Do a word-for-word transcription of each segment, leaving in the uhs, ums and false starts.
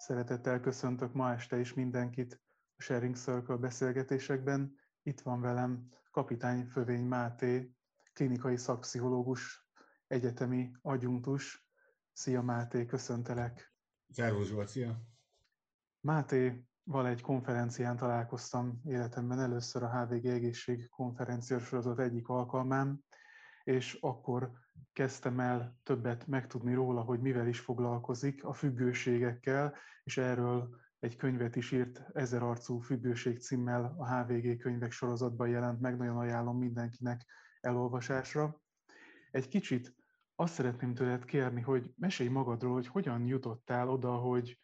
Szeretettel köszöntök ma este is mindenkit a Sharing Circle beszélgetésekben. Itt van velem kapitány Fövény Máté, klinikai szakpszichológus, egyetemi adjunktus. Szia Máté, köszöntelek! Szervusz Zsolt, szia! Mátéval egy konferencián találkoztam életemben először, a há vé gé Egészség konferencia sorozat egyik alkalmán, és akkor kezdtem el többet megtudni róla, hogy mivel is foglalkozik, a függőségekkel, és erről egy könyvet is írt, Ezer arcú függőség címmel, a há vé gé könyvek sorozatban jelent meg, nagyon ajánlom mindenkinek elolvasásra. Egy kicsit azt szeretném tőled kérni, hogy mesélj magadról, hogy hogyan jutottál oda, hogy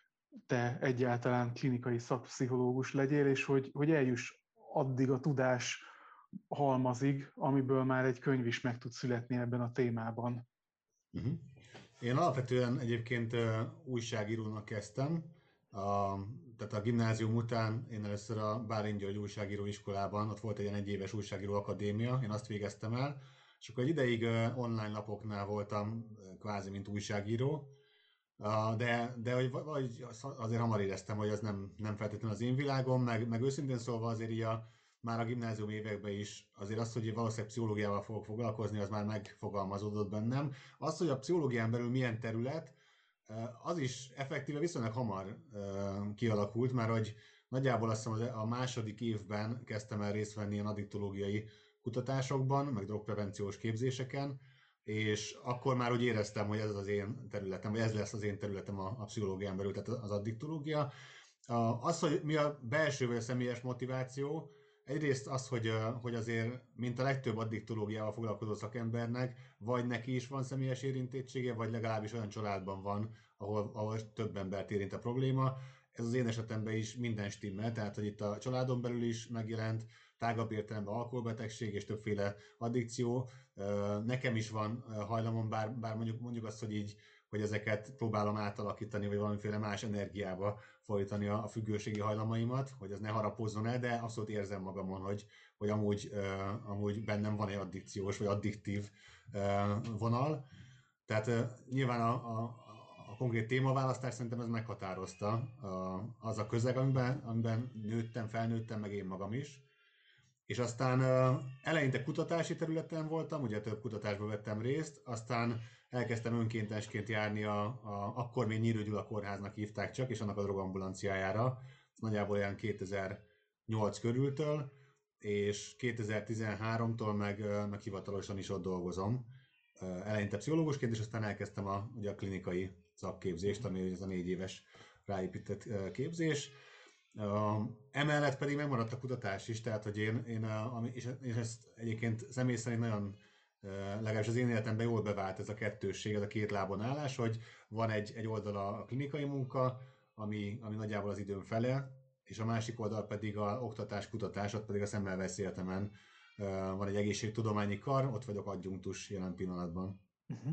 te egyáltalán klinikai szakpszichológus legyél, és hogy, hogy eljuss addig a tudás halmazig, amiből már egy könyv is meg tud születni ebben a témában. Uh-huh. Én alapvetően egyébként uh, újságírónak kezdtem. A, tehát a gimnázium után én először a Bálint György újságíró iskolában, ott volt egy ilyen egyéves újságíró akadémia, én azt végeztem el, és akkor egy ideig uh, online lapoknál voltam uh, kvázi, mint újságíró, uh, de, de hogy vagy azért hamar éreztem, hogy ez nem, nem feltétlenül az én világom, meg, meg őszintén szólva azért így a már a gimnázium években is azért az, hogy valószínűleg pszichológiával fogok foglalkozni, az már megfogalmazódott bennem. Az, hogy a pszichológián belül milyen terület, az is effektíve viszonylag hamar kialakult, mert hogy nagyjából azt hiszem, a második évben kezdtem el részt venni ilyen addiktológiai kutatásokban, meg drogprevenciós képzéseken, és akkor már úgy éreztem, hogy ez az én területem, vagy ez lesz az én területem a, a pszichológián belül, tehát az addiktológia. Az, hogy mi a belső vagy a személyes motiváció, egyrészt az, hogy, hogy azért, mint a legtöbb addiktológiával foglalkozó szakembernek, vagy neki is van személyes érintettsége, vagy legalábbis olyan családban van, ahol, ahol több embert érint a probléma. Ez az én esetemben is minden stimmel, tehát hogy itt a családon belül is megjelent, tágabb értelemben alkoholbetegség és többféle addikció. Nekem is van hajlamom, bár, bár mondjuk, mondjuk azt, hogy így hogy ezeket próbálom átalakítani, vagy valamiféle más energiába fordítani a, a függőségi hajlamaimat, hogy ez ne harapozzon el, de abszolút érzem magamon, hogy, hogy amúgy, uh, amúgy bennem van egy addikciós, vagy addiktív uh, vonal. Tehát uh, nyilván a, a, a konkrét témaválasztás szerintem ez meghatározta uh, az a közeg, amiben, amiben nőttem, felnőttem, meg én magam is. És aztán uh, eleinte kutatási területen voltam, ugye több kutatásban vettem részt, aztán elkezdtem önkéntesként járni a, a akkor még Nyírő Gyula kórháznak hívták csak, és annak a drogambulanciájára, nagyjából olyan kétezer-nyolc körültől, és kétezer-tizenháromtól meg, meg hivatalosan is ott dolgozom. Eleinte pszichológusként, és aztán elkezdtem a, ugye a klinikai szakképzést, ami ez a négy éves ráépített képzés. Uh, emellett pedig megmaradt a kutatás is, tehát hogy én, én, uh, és, és ezt egyébként személy szerint nagyon, uh, legalábbis az én életemben jól bevált ez a kettősség, ez a két lábon állás, hogy van egy, egy oldala a klinikai munka, ami, ami nagyjából az időm fele, és a másik oldal pedig a oktatás, kutatás, ott pedig a Szemmelweis Egyetemen uh, van egy egészségtudományi kar, ott vagyok adjunktus jelen pillanatban. Uh-huh.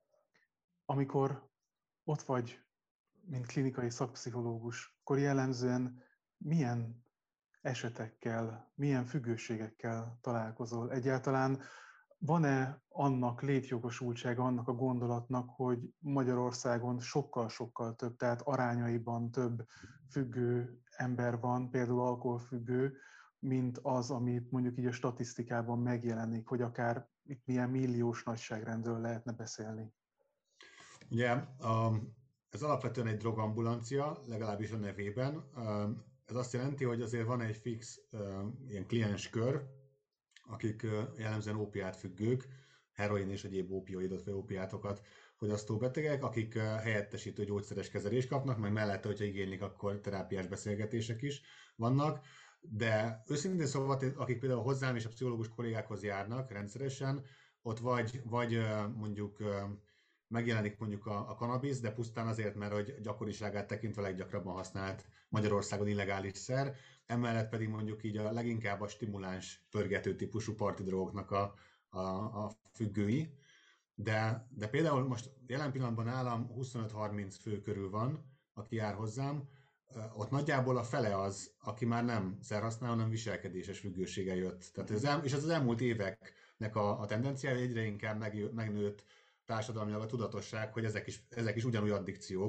Amikor ott vagy, mint klinikai szakpszichológus, akkor jellemzően milyen esetekkel, milyen függőségekkel találkozol? Egyáltalán van-e annak létjogosultsága, annak a gondolatnak, hogy Magyarországon sokkal-sokkal több, tehát arányaiban több függő ember van, például alkoholfüggő, mint az, amit mondjuk így a statisztikában megjelenik, hogy akár itt milyen milliós nagyságrendről lehetne beszélni? Ugye ez alapvetően egy drogambulancia, legalábbis a nevében. Ez azt jelenti, hogy azért van egy fix ilyen klienskör, akik jellemzően ópiátfüggők, heroin és egyéb ópioidot vagy ópiátokat fogyasztó betegek, akik helyettesítő gyógyszeres kezelést kapnak, meg mellette, hogyha igénylik, akkor terápiás beszélgetések is vannak. De őszintén szóval, akik például hozzám és a pszichológus kollégákhoz járnak rendszeresen, ott vagy, vagy mondjuk megjelenik mondjuk a, a cannabis, de pusztán azért, mert hogy gyakoriságát tekintve leggyakrabban használt Magyarországon illegális szer, emellett pedig mondjuk így a leginkább a stimuláns pörgető típusú partidrogoknak a, a, a függői. De, de például most jelen pillanatban nálam huszonöt-harminc fő körül van, aki jár hozzám, ott nagyjából a fele az, aki már nem szerhasználó, hanem viselkedéses függősége jött. Tehát ez el, és ez az elmúlt éveknek a, a tendenciája, egyre inkább meg, megnőtt társadalmilag a tudatosság, hogy ezek is, ezek is ugyanúgy addikciók,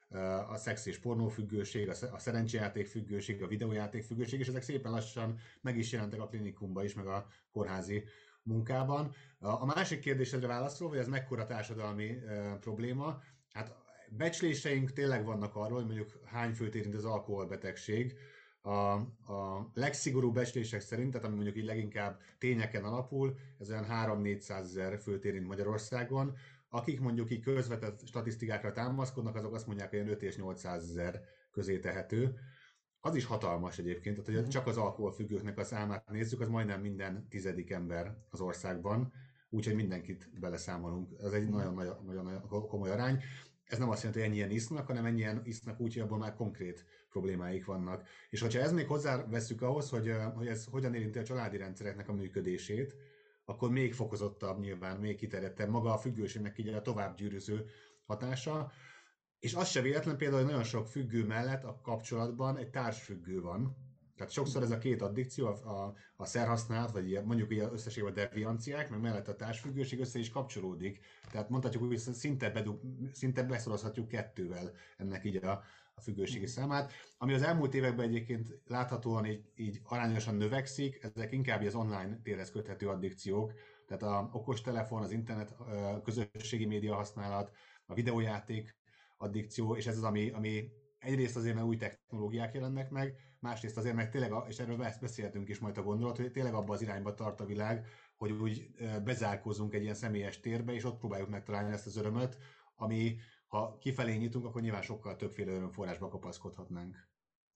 a szex és pornófüggőség, a szerencsejáték függőség, a videójáték függőség, és ezek szépen lassan meg is jelentek a klinikumban is, meg a kórházi munkában. A másik kérdésedre válaszol, hogy ez mekkora társadalmi e, probléma, hát becsléseink tényleg vannak arról, hogy mondjuk hány főt érint az alkoholbetegség. A, a legszigorúbb becslések szerint, tehát ami mondjuk így leginkább tényeken alapul, ez olyan három-négyszázezer főt érint Magyarországon. Akik mondjuk így közvetett statisztikákra támaszkodnak, azok azt mondják, hogy olyan öt és nyolcszázezer közé tehető. Az is hatalmas egyébként, tehát hogy csak az alkoholfüggőknek a számát nézzük, az majdnem minden tizedik ember az országban, úgyhogy mindenkit beleszámolunk. Ez egy nagyon-nagyon komoly arány. Ez nem azt jelenti, hogy ennyien isznak, hanem ennyien isznak úgy, hogy abban már konkrét problémáik vannak. És hogyha ez még hozzáveszünk ahhoz, hogy, hogy ez hogyan érinti a családi rendszereknek a működését, akkor még fokozottabb nyilván, még kiterjedtebb maga a függőségnek így a továbbgyűrűző hatása. És az se véletlen például, hogy nagyon sok függő mellett a kapcsolatban egy társfüggő van. Tehát sokszor ez a két addikció, a, a, a szerhasználat, vagy mondjuk így összességében a devianciák, meg mellett a társfüggőség össze is kapcsolódik. Tehát mondhatjuk, hogy szinte, bedug, szinte beszorozhatjuk kettővel ennek így a, a függőségi számát. Ami az elmúlt években egyébként láthatóan így, így arányosan növekszik, ezek inkább az online térhez köthető addikciók, tehát a okostelefon, az internet, a közösségi média használat, a videójáték addikció, és ez az, ami, ami egyrészt azért, mert új technológiák jelennek meg, másrészt azért, mert tényleg, és erről beszéltünk is majd a gondolat, hogy tényleg abba az irányba tart a világ, hogy úgy bezárkózunk egy ilyen személyes térbe, és ott próbáljuk megtalálni ezt az örömöt, ami, ha kifelé nyitunk, akkor nyilván sokkal többféle örömforrásba kapaszkodhatnánk.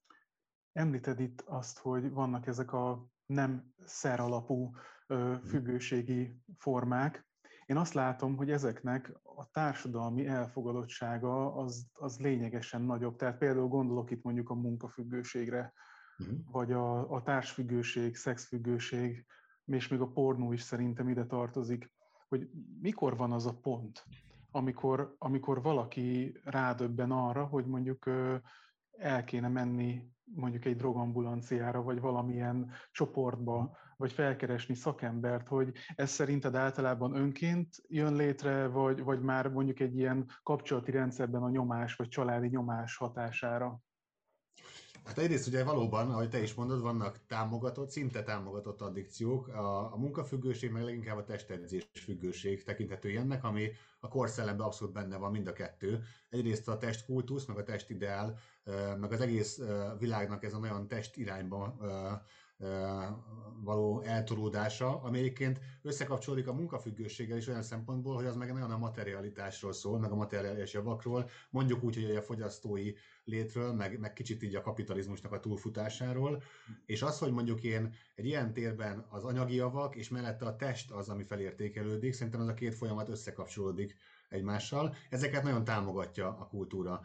Említed itt azt, hogy vannak ezek a nem szer alapú függőségi formák. Én azt látom, hogy ezeknek a társadalmi elfogadottsága az, az lényegesen nagyobb. Tehát például gondolok itt mondjuk a munkafüggőségre, uh-huh. vagy a, a társfüggőség, szexfüggőség, és még a pornó is szerintem ide tartozik, hogy mikor van az a pont, amikor, amikor valaki rádöbben arra, hogy mondjuk el kéne menni mondjuk egy drogambulanciára, vagy valamilyen csoportba, vagy felkeresni szakembert, hogy ez szerinted általában önként jön létre, vagy, vagy már mondjuk egy ilyen kapcsolati rendszerben a nyomás, vagy családi nyomás hatására? Hát egyrészt ugye valóban, ahogy te is mondod, vannak támogatott, szinte támogatott addikciók. A, a munkafüggőség, meg leginkább a testedzés függőség tekinthető ilyennek, ami a korszellemben abszolút benne van mind a kettő. Egyrészt a testkultusz, meg a testideál, meg az egész világnak ez a nagyon test irányba való eltolódása, ami egyébként összekapcsolódik a munkafüggőséggel is olyan szempontból, hogy az meg nagyon a materialitásról szól, meg a materiális javakról, mondjuk úgy, hogy a fogyasztói létről, meg, meg kicsit így a kapitalizmusnak a túlfutásáról, és az, hogy mondjuk én egy ilyen térben az anyagi javak, és mellette a test az, ami felértékelődik, szerintem ez a két folyamat összekapcsolódik egymással. Ezeket nagyon támogatja a kultúra.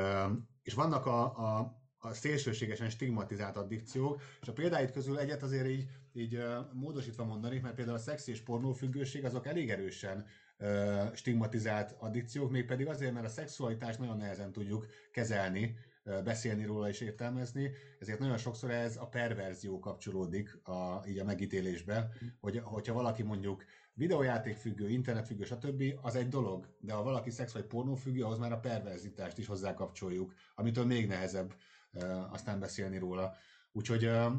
És vannak a, a a szélsőségesen stigmatizált addikciók, és a példáit közül egyet azért így, így uh, módosítva mondani, mert például a szex és pornófüggőség azok elég erősen uh, stigmatizált addikciók, mégpedig azért, mert a szexualitást nagyon nehezen tudjuk kezelni, uh, beszélni róla és értelmezni, ezért nagyon sokszor ez a perverzió kapcsolódik a, így a megítélésbe, hogy, hogyha valaki mondjuk videójátékfüggő, internetfüggő, stb., az egy dolog, de ha valaki szex vagy pornófüggő, ahhoz már a perverzitást is hozzákapcsoljuk, amitől még nehezebb Uh, aztán beszélni róla. Úgyhogy uh,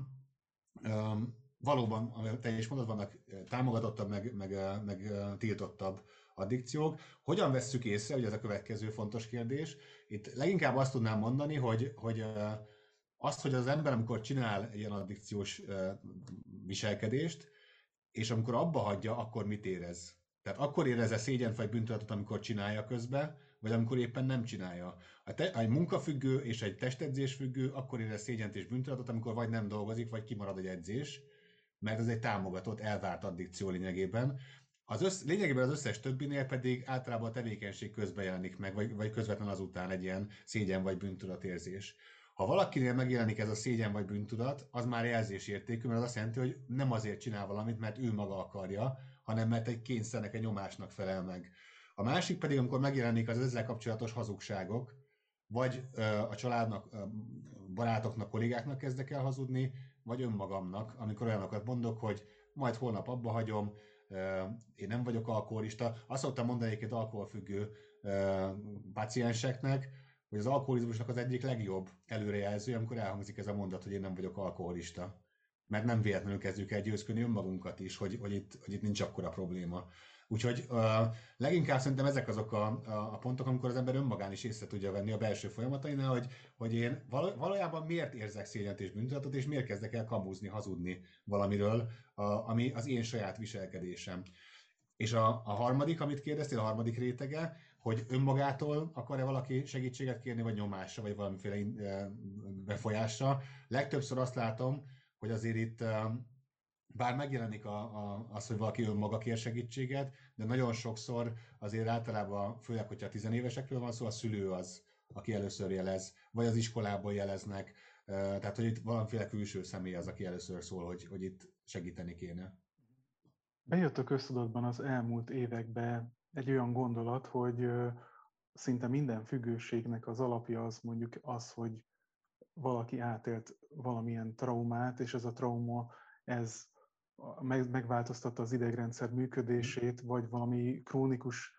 um, valóban, ahogy te is mondod, vannak támogatottabb, meg, meg, meg uh, tiltottabb addikciók. Hogyan vesszük észre, hogy ez a következő fontos kérdés? Itt leginkább azt tudnám mondani, hogy, hogy uh, azt, hogy az ember, amikor csinál egy ilyen addikciós uh, viselkedést, és amikor abba hagyja, akkor mit érez? Tehát akkor érez-e szégyent vagy bűntudatot, amikor csinálja közben, vagy amikor éppen nem csinálja. A te, egy munkafüggő és egy testedzésfüggő akkor érez szégyent és bűntudatot, amikor vagy nem dolgozik, vagy kimarad egy edzés, mert ez egy támogatott, elvárt addikció lényegében. Az össz, lényegében az összes többinél pedig általában a tevékenység közben jelenik meg, vagy, vagy közvetlenül azután egy ilyen szégyen vagy bűntudatérzés. Ha valakinél megjelenik ez a szégyen vagy bűntudat, az már jelzésértékű, mert az azt jelenti, hogy nem azért csinál valamit, mert ő maga akarja, hanem mert egy kényszernek, egy nyomásnak felel meg. A másik pedig, amikor megjelenik az ezzel kapcsolatos hazugságok, vagy ö, a családnak, ö, barátoknak, kollégáknak kezdek el hazudni, vagy önmagamnak, amikor olyanokat mondok, hogy majd holnap abba hagyom, ö, én nem vagyok alkoholista. Azt szoktam mondani egyébként alkoholfüggő ö, pácienseknek, hogy az alkoholizmusnak az egyik legjobb előrejelző, amikor elhangzik ez a mondat, hogy én nem vagyok alkoholista. Mert nem véletlenül kezdjük el győzködni önmagunkat is, hogy, hogy, itt, hogy itt nincs akkora probléma. Úgyhogy uh, leginkább szerintem ezek azok a, a, a pontok, amikor az ember önmagán is észre tudja venni a belső folyamatainál, hogy, hogy én val- valójában miért érzek szégyent és bűntudatot, és miért kezdek el kamúzni, hazudni valamiről, a, ami az én saját viselkedésem. És a, a harmadik, amit kérdeztél, a harmadik rétege, hogy önmagától akar-e valaki segítséget kérni, vagy nyomásra, vagy valamiféle befolyásra. Legtöbbször azt látom, hogy azért itt bár megjelenik a, a, az, hogy valaki önmaga kér segítséget, de nagyon sokszor azért általában, főleg, hogyha tizenévesekről van szó, a szülő az, aki először jelez, vagy az iskolából jeleznek, tehát hogy itt valamiféle külső személy az, aki először szól, hogy, hogy itt segíteni kéne. Bejött a köztudatban az elmúlt években egy olyan gondolat, hogy szinte minden függőségnek az alapja az mondjuk az, hogy valaki átélt valamilyen traumát, és ez a trauma, ez megváltoztatta az idegrendszer működését, vagy valami krónikus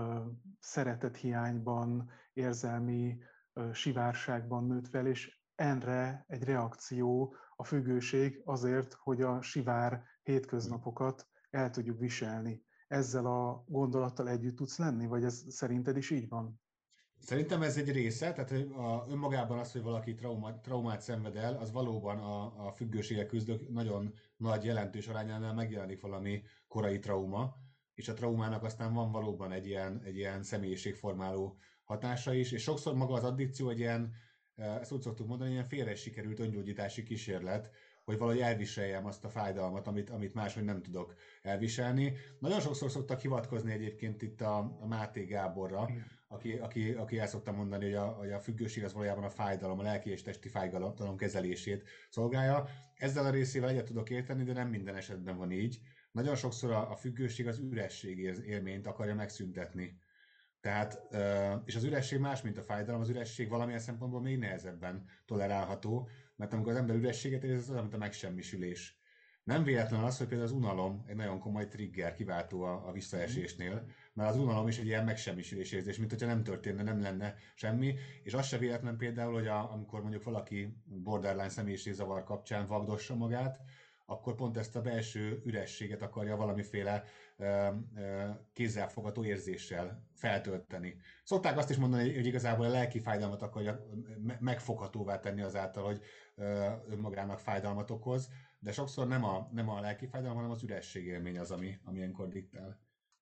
szeretethiányban, érzelmi sivárságban nőtt fel, és erre egy reakció a függőség azért, hogy a sivár hétköznapokat el tudjuk viselni. Ezzel a gondolattal együtt tudsz lenni, vagy ez szerinted is így van? Szerintem ez egy része, tehát a, önmagában az, hogy valaki trauma, traumát szenved el, az valóban a, a függőséggel küzdők nagyon nagy jelentős arányánál megjelenik valami korai trauma, és a traumának aztán van valóban egy ilyen, egy ilyen személyiségformáló hatása is, és sokszor maga az addikció egy ilyen, ezt úgy szoktuk mondani, ilyen félre sikerült öngyógyítási kísérlet, hogy valahogy elviseljem azt a fájdalmat, amit, amit máshogy nem tudok elviselni. Nagyon sokszor szoktak hivatkozni egyébként itt a, a Máté Gáborra, Igen. aki, aki, aki el szokta mondani, hogy a, hogy a függőség az valójában a fájdalom, a lelki és testi fájdalom kezelését szolgálja. Ezzel a részével egyet tudok érteni, de nem minden esetben van így. Nagyon sokszor a, a függőség az üresség élményt akarja megszüntetni. Tehát, és az üresség más, mint a fájdalom, az üresség valamilyen szempontból még nehezebben tolerálható, mert amikor az ember ürességet érez, az olyan, mint a megsemmisülés. Nem véletlen az, hogy például az unalom egy nagyon komoly trigger, kiváltó a, a visszaesésnél, mert az unalom is egy ilyen megsemmisülés érzés, mint hogyha nem történne, nem lenne semmi, és az se véletlen például, hogy a, amikor mondjuk valaki borderline személyiségzavar kapcsán vagdossa magát, akkor pont ezt a belső ürességet akarja valamiféle ö, ö, kézzelfogható érzéssel feltölteni. Szokták azt is mondani, hogy igazából a lelki fájdalmat akarja megfoghatóvá tenni azáltal, hogy ö, önmagának fájdalmat okoz, de sokszor nem a, nem a lelki fájdalom, hanem az üresség élmény az, ami, ami ilyenkor diktál.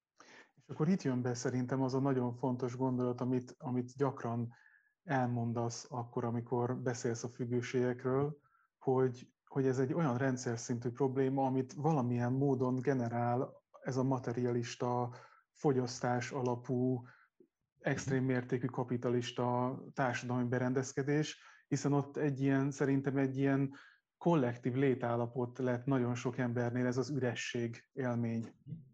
És akkor itt jön be szerintem az a nagyon fontos gondolat, amit, amit gyakran elmondasz akkor, amikor beszélsz a függőségekről, hogy, hogy ez egy olyan rendszer szintű probléma, amit valamilyen módon generál ez a materialista, fogyasztás alapú, extrém mértékű kapitalista társadalmi berendezkedés, hiszen ott egy ilyen, szerintem egy ilyen kollektív létállapot lett nagyon sok embernél ez az üresség élmény.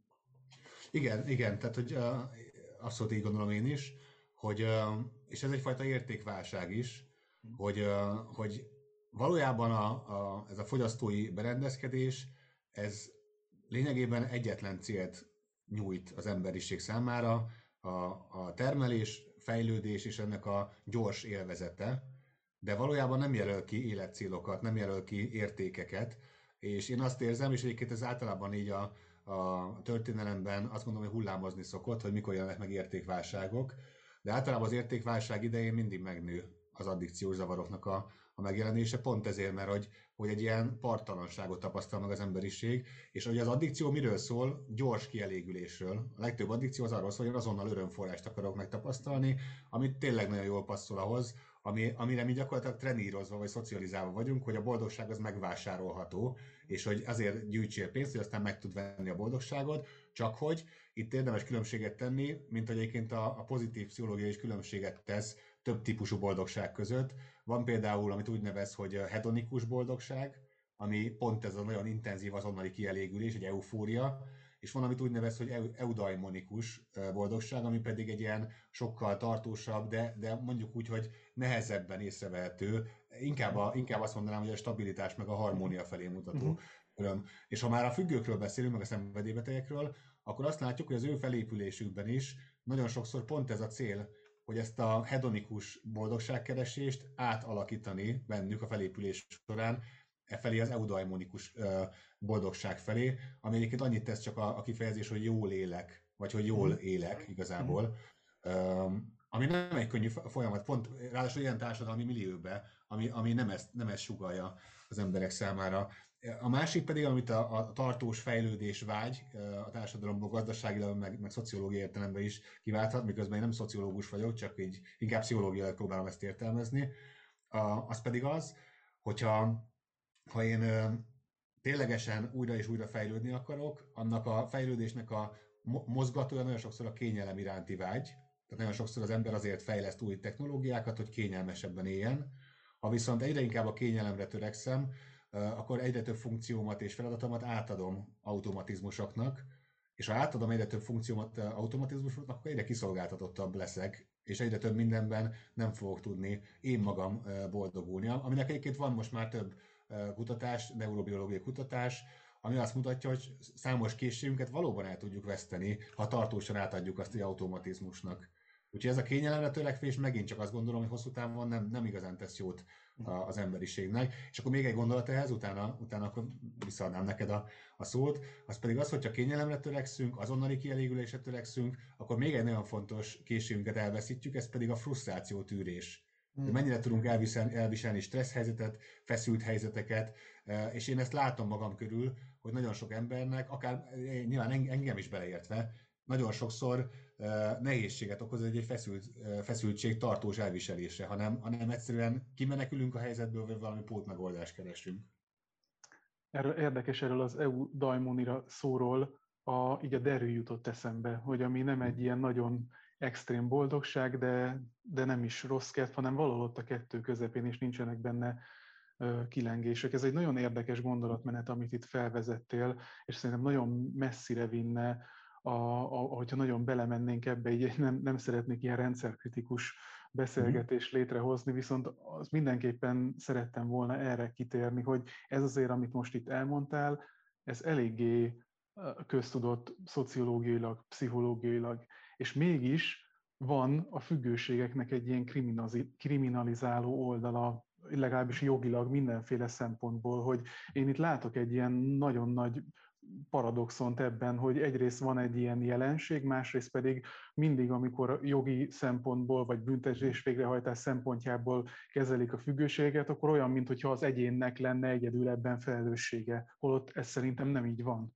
Igen, igen, tehát hogy uh, abszolút így gondolom én is, hogy, uh, és ez egyfajta értékválság is, hogy, uh, hogy valójában a, a, ez a fogyasztói berendezkedés, ez lényegében egyetlen célt nyújt az emberiség számára, a, a termelés, fejlődés és ennek a gyors élvezete, de valójában nem jelöl ki életcélokat, nem jelöl ki értékeket, és én azt érzem, és egyébként ez általában így a, a történelemben azt gondolom, hogy hullámozni szokott, hogy mikor jelennek meg értékválságok, de általában az értékválság idején mindig megnő az addikciós zavaroknak a, a megjelenése, pont ezért, mert hogy, hogy egy ilyen parttalanságot tapasztal meg az emberiség, és hogy az addikció miről szól? Gyors kielégülésről. A legtöbb addikció az arról szól, hogy azonnal örömforrást akarok megtapasztalni, amit tényleg nagyon jól passzol ahhoz, ami, amire mi gyakorlatilag trenírozva vagy szocializálva vagyunk, hogy a boldogság az megvásárolható, és hogy azért gyűjtsél pénzt, hogy aztán meg tud venni a boldogságot, csak hogy itt érdemes különbséget tenni, mint hogy egyébként a, a pozitív pszichológia is különbséget tesz több típusú boldogság között. Van például, amit úgy nevez, hogy hedonikus boldogság, ami pont ez a nagyon intenzív azonnali kielégülés, egy eufória, és van, amit úgy nevez, hogy eudaimonikus boldogság, ami pedig egy ilyen sokkal tartósabb, de, de mondjuk úgy, hogy nehezebben észrevehető, inkább, a, inkább azt mondanám, hogy a stabilitás meg a harmónia felé mutató öröm. És ha már a függőkről beszélünk, meg a szenvedélybetegekről, akkor azt látjuk, hogy az ő felépülésükben is nagyon sokszor pont ez a cél, hogy ezt a hedonikus boldogságkeresést átalakítani bennük a felépülés során e felé az eudaimonikus boldogság felé, ami egyébként annyit tesz csak a, a kifejezés, hogy jól élek, vagy hogy jól Mhm. élek Mhm. igazából, ami nem egy könnyű folyamat, pont ráadásul ilyen társadalmi millióbe, ami, ami nem, ezt, nem ezt sugallja az emberek számára. A másik pedig, amit a, a tartós fejlődés vágy a társadalomban gazdaságilag, meg, meg szociológiai értelemben is kiválthat, miközben én nem szociológus vagyok, csak így inkább pszichológiailag próbálom ezt értelmezni. A, az pedig az, hogyha ha én ö, ténylegesen újra és újra fejlődni akarok, annak a fejlődésnek a mozgatója nagyon sokszor a kényelem iránti vágy. Tehát nagyon sokszor az ember azért fejleszt új technológiákat, hogy kényelmesebben éljen. Ha viszont egyre inkább a kényelemre törekszem, akkor egyre több funkciómat és feladatomat átadom automatizmusoknak, és ha átadom egyre több funkciómat automatizmusoknak, akkor egyre kiszolgáltatottabb leszek, és egyre több mindenben nem fogok tudni én magam boldogulni. Aminek egyébként van most már több kutatás, neurobiológiai kutatás, ami azt mutatja, hogy számos készségünket valóban el tudjuk veszteni, ha tartósan átadjuk azt egy automatizmusnak. Úgyhogy ez a kényelemre törekvés megint csak azt gondolom, hogy hosszú távon nem, nem igazán tesz jót az emberiségnek. És akkor még egy gondolat ehhez, utána, utána akkor visszaadnám neked a, a szót, az pedig az, hogyha kényelemre törekszünk, azonnali kielégülésre törekszünk, akkor még egy nagyon fontos készségünket elveszítjük, ez pedig a frusztráció tűrés. Hogy Mhm. mennyire tudunk elviselni, elviselni stressz helyzetet, feszült helyzeteket, és én ezt látom magam körül, hogy nagyon sok embernek, akár nyilván engem is beleértve, nagyon sokszor nehézséget okoz egy, egy feszült, feszültség tartós elviselése, hanem, hanem egyszerűen kimenekülünk a helyzetből, vagy valami pótmegoldást keresünk. Erről, érdekes erről az eudaimonira szóról, a, így a derű jutott eszembe, hogy ami nem egy ilyen nagyon extrém boldogság, de, de nem is rossz kedv, hanem valahol ott a kettő közepén, és nincsenek benne ö, kilengések. Ez egy nagyon érdekes gondolatmenet, amit itt felvezettél, és szerintem nagyon messzire vinne, a, a, hogyha nagyon belemennénk ebbe, így nem, nem szeretnék ilyen rendszerkritikus beszélgetést létrehozni, viszont az mindenképpen szerettem volna erre kitérni, hogy ez azért, amit most itt elmondtál, ez eléggé köztudott szociológiailag, pszichológiailag, és mégis van a függőségeknek egy ilyen kriminalizáló oldala, legalábbis jogilag mindenféle szempontból, hogy én itt látok egy ilyen nagyon nagy paradoxont ebben, hogy egyrészt van egy ilyen jelenség, másrészt pedig mindig, amikor jogi szempontból vagy büntetés végrehajtás szempontjából kezelik a függőséget, akkor olyan, mintha az egyénnek lenne egyedül ebben felelőssége, holott ez szerintem nem így van.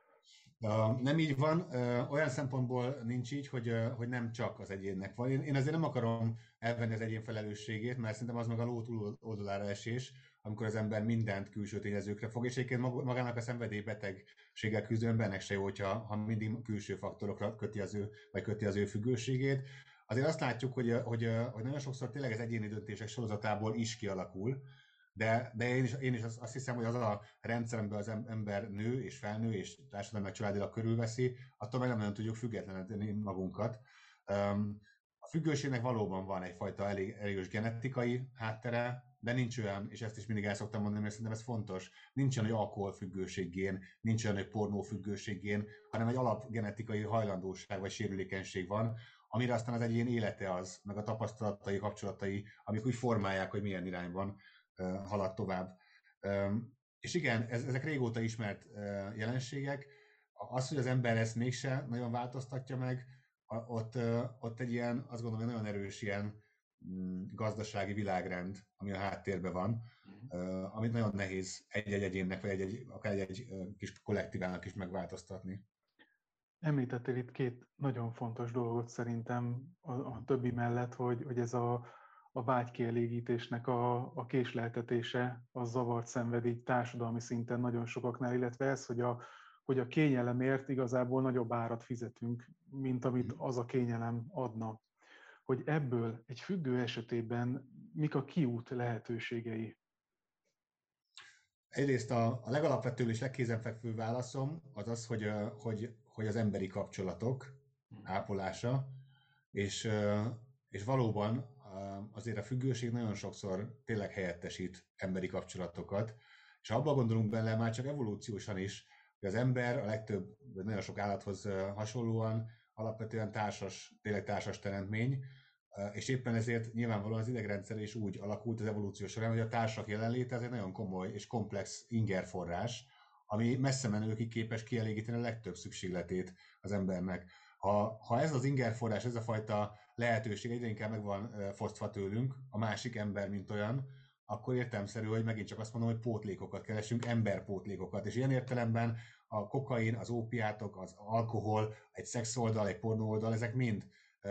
Nem így van, olyan szempontból nincs így, hogy, hogy nem csak az egyénnek van. Én, én azért nem akarom elvenni az egyén felelősségét, mert szerintem az meg a ló túloldalára esés, amikor az ember mindent külső tényezőkre fog, és egyébként magának a szenvedélybetegséggel küzdő embernek se jó, hogyha ha mindig külső faktorokra köti az ő, vagy köti az ő függőségét. Azért azt látjuk, hogy, hogy, hogy nagyon sokszor tényleg az egyéni döntések sorozatából is kialakul, de, de én is, én is azt, azt hiszem, hogy az a rendszer, amiben az ember nő és felnő és társadalmi családilag körülveszi, attól meg nem nagyon tudjuk függetleníteni magunkat. A függőségnek valóban van egyfajta elég erős genetikai háttere, de nincs olyan, és ezt is mindig el szoktam mondani, mert szerintem ez fontos, nincs olyan, hogy alkoholfüggőséggén, nincs olyan, hogy pornófüggőségén, hanem egy alapgenetikai hajlandóság vagy sérülékenység van, amire aztán az egyén élete az, meg a tapasztalatai, kapcsolatai, amik úgy formálják, hogy milyen irányban halad tovább. És igen, ezek régóta ismert jelenségek. Az, hogy az ember ezt mégse nagyon változtatja meg, ott, ott egy ilyen, azt gondolom, hogy nagyon erős ilyen gazdasági világrend, ami a háttérben van, amit nagyon nehéz egy-egy egyénnek, vagy egy-egy, akár egy-egy kis kollektívának is megváltoztatni. Említettél itt két nagyon fontos dolgot szerintem a, a többi mellett, hogy, hogy ez a, a vágykielégítésnek a, a késleltetése, az zavart szenved így társadalmi szinten nagyon sokaknál, illetve ez, hogy a, hogy a kényelemért igazából nagyobb árat fizetünk, mint amit az a kényelem adna. Hogy ebből egy függő esetében mik a kiút lehetőségei? Egyrészt a, a legalapvetőbb és legkézenfekvő válaszom az az, hogy, hogy, hogy az emberi kapcsolatok ápolása, és, és valóban azért a függőség nagyon sokszor tényleg helyettesít emberi kapcsolatokat, és ha abba gondolunk bele már csak evolúciósan is, hogy az ember a legtöbb, vagy nagyon sok állathoz hasonlóan alapvetően társas, tényleg társas teremtmény, És éppen ezért nyilvánvalóan az idegrendszer is úgy alakult az evolúció során, hogy a társak jelenléte ez egy nagyon komoly és komplex ingerforrás, ami messze menőkig képes kielégíteni a legtöbb szükségletét az embernek. Ha, ha ez az ingerforrás, ez a fajta lehetőség egyre inkább meg van fosztva tőlünk, a másik ember, mint olyan, akkor értelemszerű, hogy megint csak azt mondom, hogy pótlékokat keresünk, emberpótlékokat. És ilyen értelemben a kokain, az ópiátok, az alkohol, egy szexoldal, egy pornóoldal, ezek mind,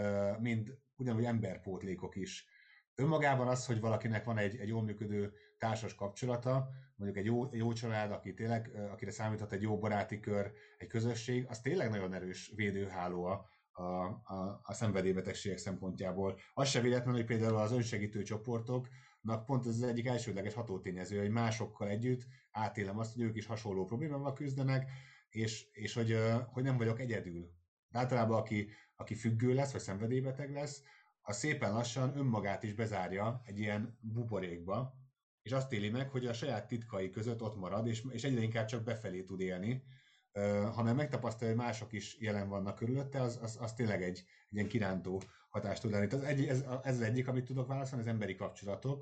mind ugyanúgy emberpótlékok is. Önmagában az, hogy valakinek van egy, egy jól működő társas kapcsolata, mondjuk egy jó, jó család, aki tényleg, akire számíthat egy jó baráti kör, egy közösség, az tényleg nagyon erős védőháló a, a, a, a szenvedélybetegségek szempontjából. Az se véletlen, hogy például az önsegítő csoportoknak pont ez az egyik elsődleges hatótényező, hogy másokkal együtt átélem azt, hogy ők is hasonló problémával küzdenek, és, és hogy, hogy nem vagyok egyedül. De általában aki, aki függő lesz, vagy szenvedélybeteg lesz, az szépen lassan önmagát is bezárja egy ilyen buborékba, és azt éli meg, hogy a saját titkai között ott marad, és, és egyre inkább csak befelé tud élni. Uh, hanem megtapasztalja, hogy mások is jelen vannak körülötte, az, az, az tényleg egy, egy ilyen kirántó hatást tud lenni. Ez, egy, ez, ez az egyik, amit tudok válaszolni, az emberi kapcsolatok,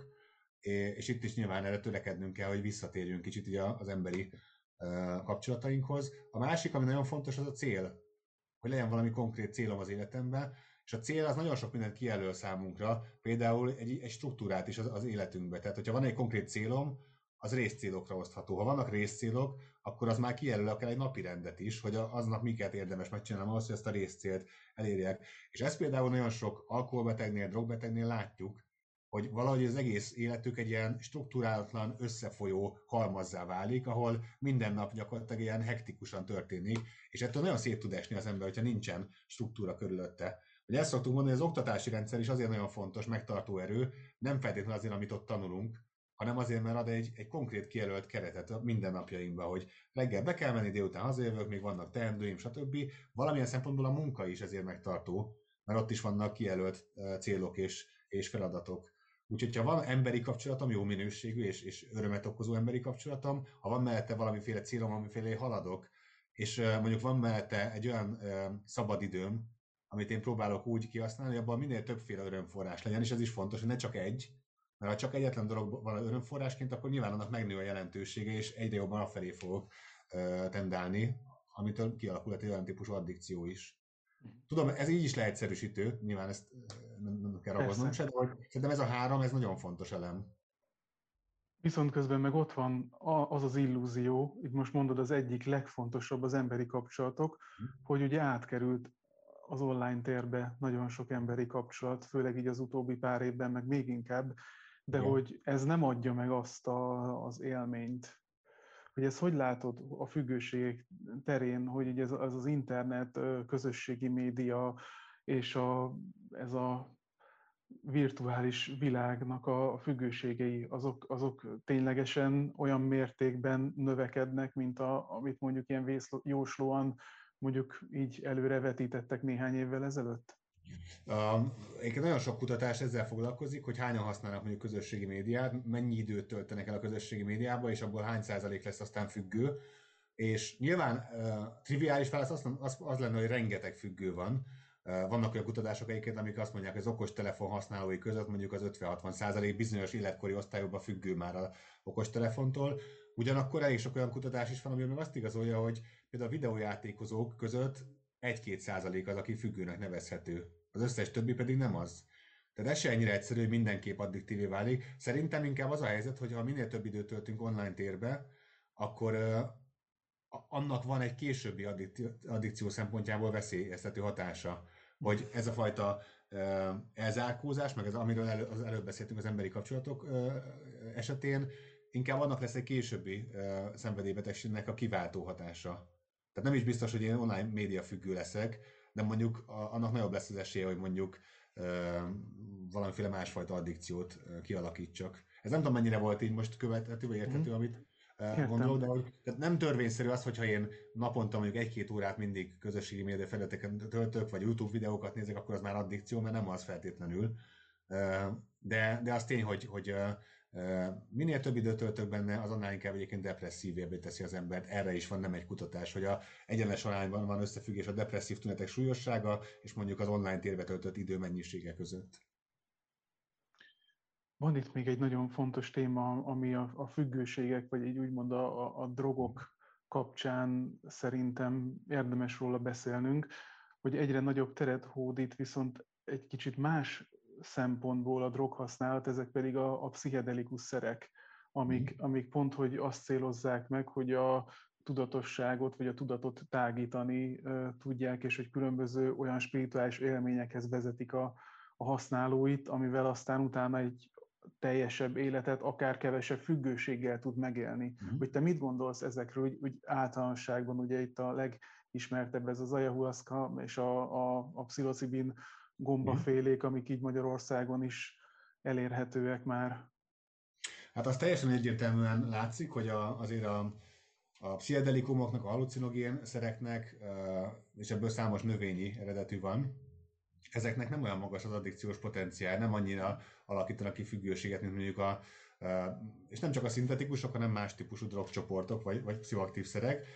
és itt is nyilván erre törekednünk kell, hogy visszatérjünk kicsit ugye az emberi uh, kapcsolatainkhoz. A másik, ami nagyon fontos, az a cél, hogy legyen valami konkrét célom az életemben, és a cél az nagyon sok mindent kijelöl számunkra, például egy, egy struktúrát is az, az életünkbe. Tehát, hogyha van egy konkrét célom, az részcélokra osztható. Ha vannak részcélok, akkor az már kijelöl akár egy napi rendet is, hogy aznap miket érdemes megcsinálnom ahhoz, hogy ezt a részcélt elérjek. És ezt például nagyon sok alkoholbetegnél, drogbetegnél látjuk, hogy valahogy az egész életük egy ilyen struktúrálatlan, összefolyó halmazzá válik, ahol minden nap gyakorlatilag ilyen hektikusan történik, és ettől nagyon szét tud esni az ember, hogyha nincsen struktúra körülötte. Ugye ezt szoktuk mondani, hogy az oktatási rendszer is azért nagyon fontos, megtartó erő, nem feltétlenül azért, amit ott tanulunk, hanem azért, mert ad egy, egy konkrét kijelölt keretet a mindennapjainkban, hogy reggel be kell menni, délután hazajövök, még vannak teendőim, stb. Valamilyen szempontból a munka is ezért megtartó, mert ott is vannak kijelölt célok és, és feladatok. Úgyhogy, ha van emberi kapcsolatom, jó minőségű és, és örömet okozó emberi kapcsolatom, ha van mellette valamiféle célom, amiféle haladok, és mondjuk van mellette egy olyan szabadidőm, amit én próbálok úgy kihasználni, hogy abban minél többféle örömforrás legyen, és ez is fontos, hogy ne csak egy, mert ha csak egyetlen dolog van örömforrásként, akkor nyilván annak megnő a jelentősége, és egyre jobban afelé fogok uh, tendálni, amitől kialakulhat egy olyan típusú addikció is. Tudom, ez így is leegyszerűsítő, nyilván ezt nem, nem kell ragoznom se, de szerintem ez a három, ez nagyon fontos elem. Viszont közben meg ott van az az illúzió, itt most mondod az egyik legfontosabb az emberi kapcsolatok, hogy ugye átkerült az online térbe nagyon sok emberi kapcsolat, főleg így az utóbbi pár évben, meg még inkább, de igen, hogy ez nem adja meg azt a, az élményt. Hogy ezt hogy látod a függőségek terén, hogy így ez, ez az internet, közösségi média és a, ez a virtuális világnak a függőségei, azok, azok ténylegesen olyan mértékben növekednek, mint a, amit mondjuk ilyen vészló, jóslóan mondjuk így előrevetítettek néhány évvel ezelőtt? Um, egyébként nagyon sok kutatás ezzel foglalkozik, hogy hányan használnak mondjuk közösségi médiát, mennyi időt töltenek el a közösségi médiába, és abból hány százalék lesz aztán függő. És nyilván uh, triviális válasz az, az, az lenne, hogy rengeteg függő van. Uh, vannak olyan kutatások egyébként, amik azt mondják, hogy az okostelefon használói között mondjuk az ötven-hatvan százalék bizonyos életkori osztályokban függő már az okostelefontól. Ugyanakkor elég sok olyan kutatás is van, ami meg azt igazolja, hogy például a videójátékozók között egy-két százalék az, aki függőnek nevezhető. Az összes többi pedig nem az. Tehát ez se ennyire egyszerű, hogy mindenképp addiktívé válik. Szerintem inkább az a helyzet, hogy ha minél több időt töltünk online térbe, akkor uh, annak van egy későbbi addikció szempontjából veszélyeztető hatása. Hogy ez a fajta uh, elzárkózás, meg ez, amiről elő, az előbb beszéltünk az emberi kapcsolatok uh, esetén, inkább annak lesz egy későbbi uh, szenvedélybetegségnek a kiváltó hatása. Tehát nem is biztos, hogy én online média függő leszek, de mondjuk annak nagyobb lesz az esélye, hogy mondjuk uh, valamiféle másfajta addikciót uh, kialakítsak. Ez nem tudom, mennyire volt így most követhető, vagy érthető, mm. amit uh, gondolok, de hogy, tehát nem törvényszerű az, hogyha én naponta mondjuk egy-két órát mindig közösségi média felületeken töltök, vagy YouTube videókat nézek, akkor az már addikció, mert nem az feltétlenül. Uh, de, de az tény, hogy, hogy uh, Minél több időt töltök benne, az annál inkább egyébként depresszívébbé teszi az embert. Erre is van nem egy kutatás, hogy a egyenes arányban van összefüggés a depresszív tünetek súlyossága és mondjuk az online térbe töltött idő mennyisége között. Van itt még egy nagyon fontos téma, ami a, a függőségek, vagy így úgymond a, a drogok kapcsán szerintem érdemes róla beszélnünk, hogy egyre nagyobb teret hódít, viszont egy kicsit más szempontból a droghasználat, ezek pedig a, a pszichedelikus szerek, amik, amik pont, hogy azt célozzák meg, hogy a tudatosságot, vagy a tudatot tágítani uh, tudják, és hogy különböző olyan spirituális élményekhez vezetik a, a használóit, amivel aztán utána egy teljesebb életet, akár kevesebb függőséggel tud megélni. Uh-huh. Hogy te mit gondolsz ezekről, úgy, úgy általánosságban, ugye itt a legismertebb ez az ayahuasca és a, a, a pszilocibin gombafélék, amik így Magyarországon is elérhetőek már. Hát az teljesen egyértelműen látszik, hogy a, azért a, a pszichedelikumoknak, a halucinogén szereknek, és ebből számos növényi eredetű van, ezeknek nem olyan magas az addikciós potenciál, nem annyira alakítanak ki függőséget, mint mondjuk a, és nem csak a szintetikusok, hanem más típusú drogcsoportok, vagy, vagy pszichoaktív szerek.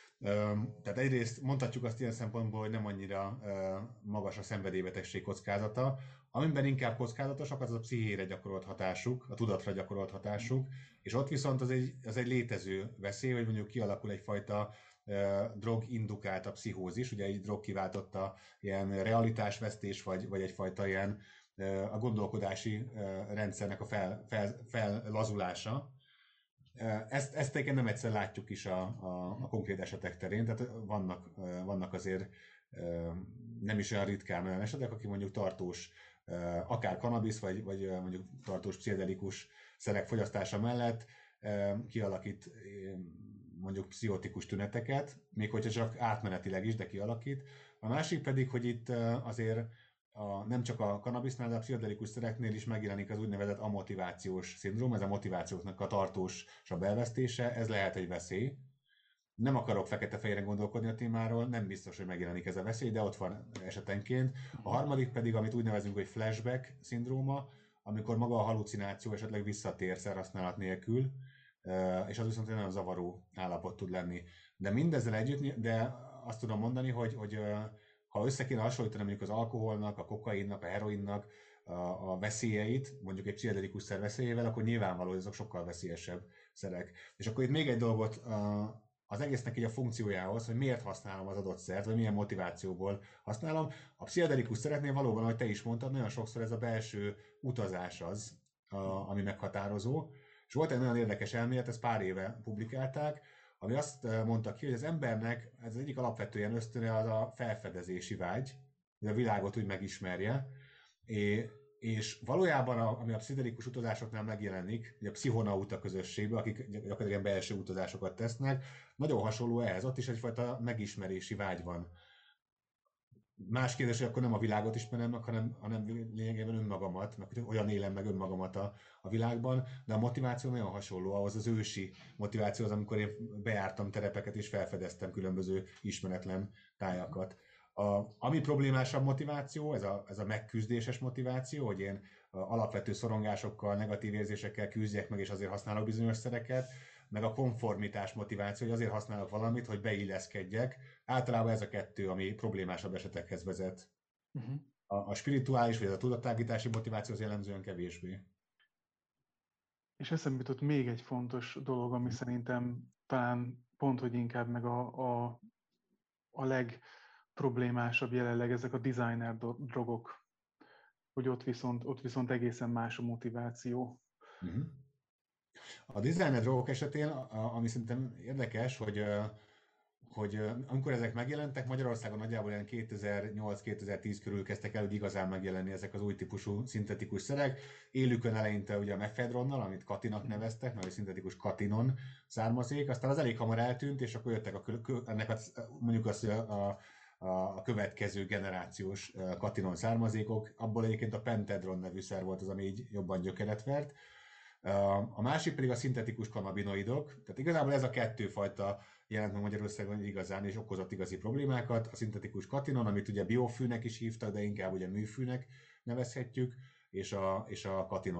Tehát egyrészt mondhatjuk azt ilyen szempontból, hogy nem annyira magas a szenvedélybetegség kockázata, amiben inkább kockázatosak, az a pszichére gyakorolt hatásuk, a tudatra gyakorolt hatásuk, és ott viszont az egy, az egy létező veszély, hogy mondjuk kialakul egyfajta drog indukált a pszichózis, ugye egy drog kiváltotta ilyen realitásvesztés, vagy, vagy egyfajta ilyen a gondolkodási rendszernek a fel, fel, fellazulása. Ezt, ezt egyébként nem egyszer látjuk is a, a, a konkrét esetek terén, tehát vannak, vannak azért nem is olyan ritkán olyan esetek, aki mondjuk tartós, akár kannabisz, vagy, vagy mondjuk tartós pszichedelikus szerek fogyasztása mellett kialakít mondjuk pszichotikus tüneteket, még hogyha csak átmenetileg is, de kialakít. A másik pedig, hogy itt azért a, nem csak a kannabisznál, de a pszichodelikus szereknél is megjelenik az úgynevezett amotivációs szindróma, ez a motivációknak a tartósabb elvesztése, ez lehet egy veszély. Nem akarok fekete-fehéren gondolkodni a témáról, nem biztos, hogy megjelenik ez a veszély, de ott van esetenként. A harmadik pedig, amit úgy nevezünk, hogy flashback szindróma, amikor maga a halucináció esetleg visszatér szerhasználat nélkül, és az viszont egy nagyon zavaró állapot tud lenni. De mindezzel együtt, de azt tudom mondani, hogy, hogy ha össze kéne hasonlítani mondjuk az alkoholnak, a kokainnak, a heroinnak a, a veszélyeit, mondjuk egy pszichedelikus szer veszélyével, akkor nyilvánvaló, hogy azok sokkal veszélyesebb szerek. És akkor itt még egy dolgot az egésznek így a funkciójához, hogy miért használom az adott szert, vagy milyen motivációból használom. A pszichedelikus szereknél valóban, ahogy te is mondtad, nagyon sokszor ez a belső utazás az, a, ami meghatározó. És volt egy nagyon érdekes elmélet, ezt pár éve publikálták, ami azt mondta ki, hogy az embernek ez az egyik alapvető ilyen ösztöne az a felfedezési vágy, hogy a világot úgy megismerje, és valójában, a, ami a pszichedelikus utazásoknál megjelenik, ugye a pszichonauta közösségben, akik gyakorlatilag ilyen belső utazásokat tesznek, nagyon hasonló ehhez, ott is egyfajta megismerési vágy van. Más kérdés, hogy akkor nem a világot ismerem meg, hanem, hanem lényegében önmagamat, meg olyan élem meg önmagamat a, a világban, de a motiváció nagyon hasonló ahhoz az ősi motiváció, az amikor én bejártam terepeket és felfedeztem különböző ismeretlen tájakat. A, ami problémásabb motiváció, ez a, ez a megküzdéses motiváció, hogy én alapvető szorongásokkal, negatív érzésekkel küzdjek meg, és azért használok bizonyos szereket, meg a konformitás motiváció, hogy azért használok valamit, hogy beilleszkedjek. Általában ez a kettő, ami problémásabb esetekhez vezet. Uh-huh. A, a spirituális vagy a tudattágítási motiváció az jellemzően kevésbé. És eszembe jutott még egy fontos dolog, ami uh-huh. szerintem talán pont, hogy inkább meg a, a, a legproblémásabb jelenleg ezek a designer drogok, hogy ott viszont, ott viszont egészen más a motiváció. Uh-huh. A designer drogok esetén, ami szerintem érdekes, hogy, hogy amikor ezek megjelentek, Magyarországon nagyjából ilyen kétezer-nyolc-kétezer-tíz körül kezdtek el, hogy igazán megjelenni ezek az új típusú szintetikus szerek. Élükön eleinte ugye a mefedronnal, amit katinak neveztek, mert a szintetikus katinon származik, aztán az elég hamar eltűnt, és akkor jöttek a, ennek a, mondjuk azt, a, a a következő generációs katinon származékok. Abból egyébként a pentedron nevű szer volt az, ami így jobban gyökeret vert. A másik pedig a szintetikus kannabinoidok. Tehát igazából ez a kettő fajta jelent meg Magyarországon igazán, és okozott igazi problémákat. A szintetikus katinon, amit ugye biofűnek is hívtak, de inkább ugye műfűnek nevezhetjük, és a, és a katinon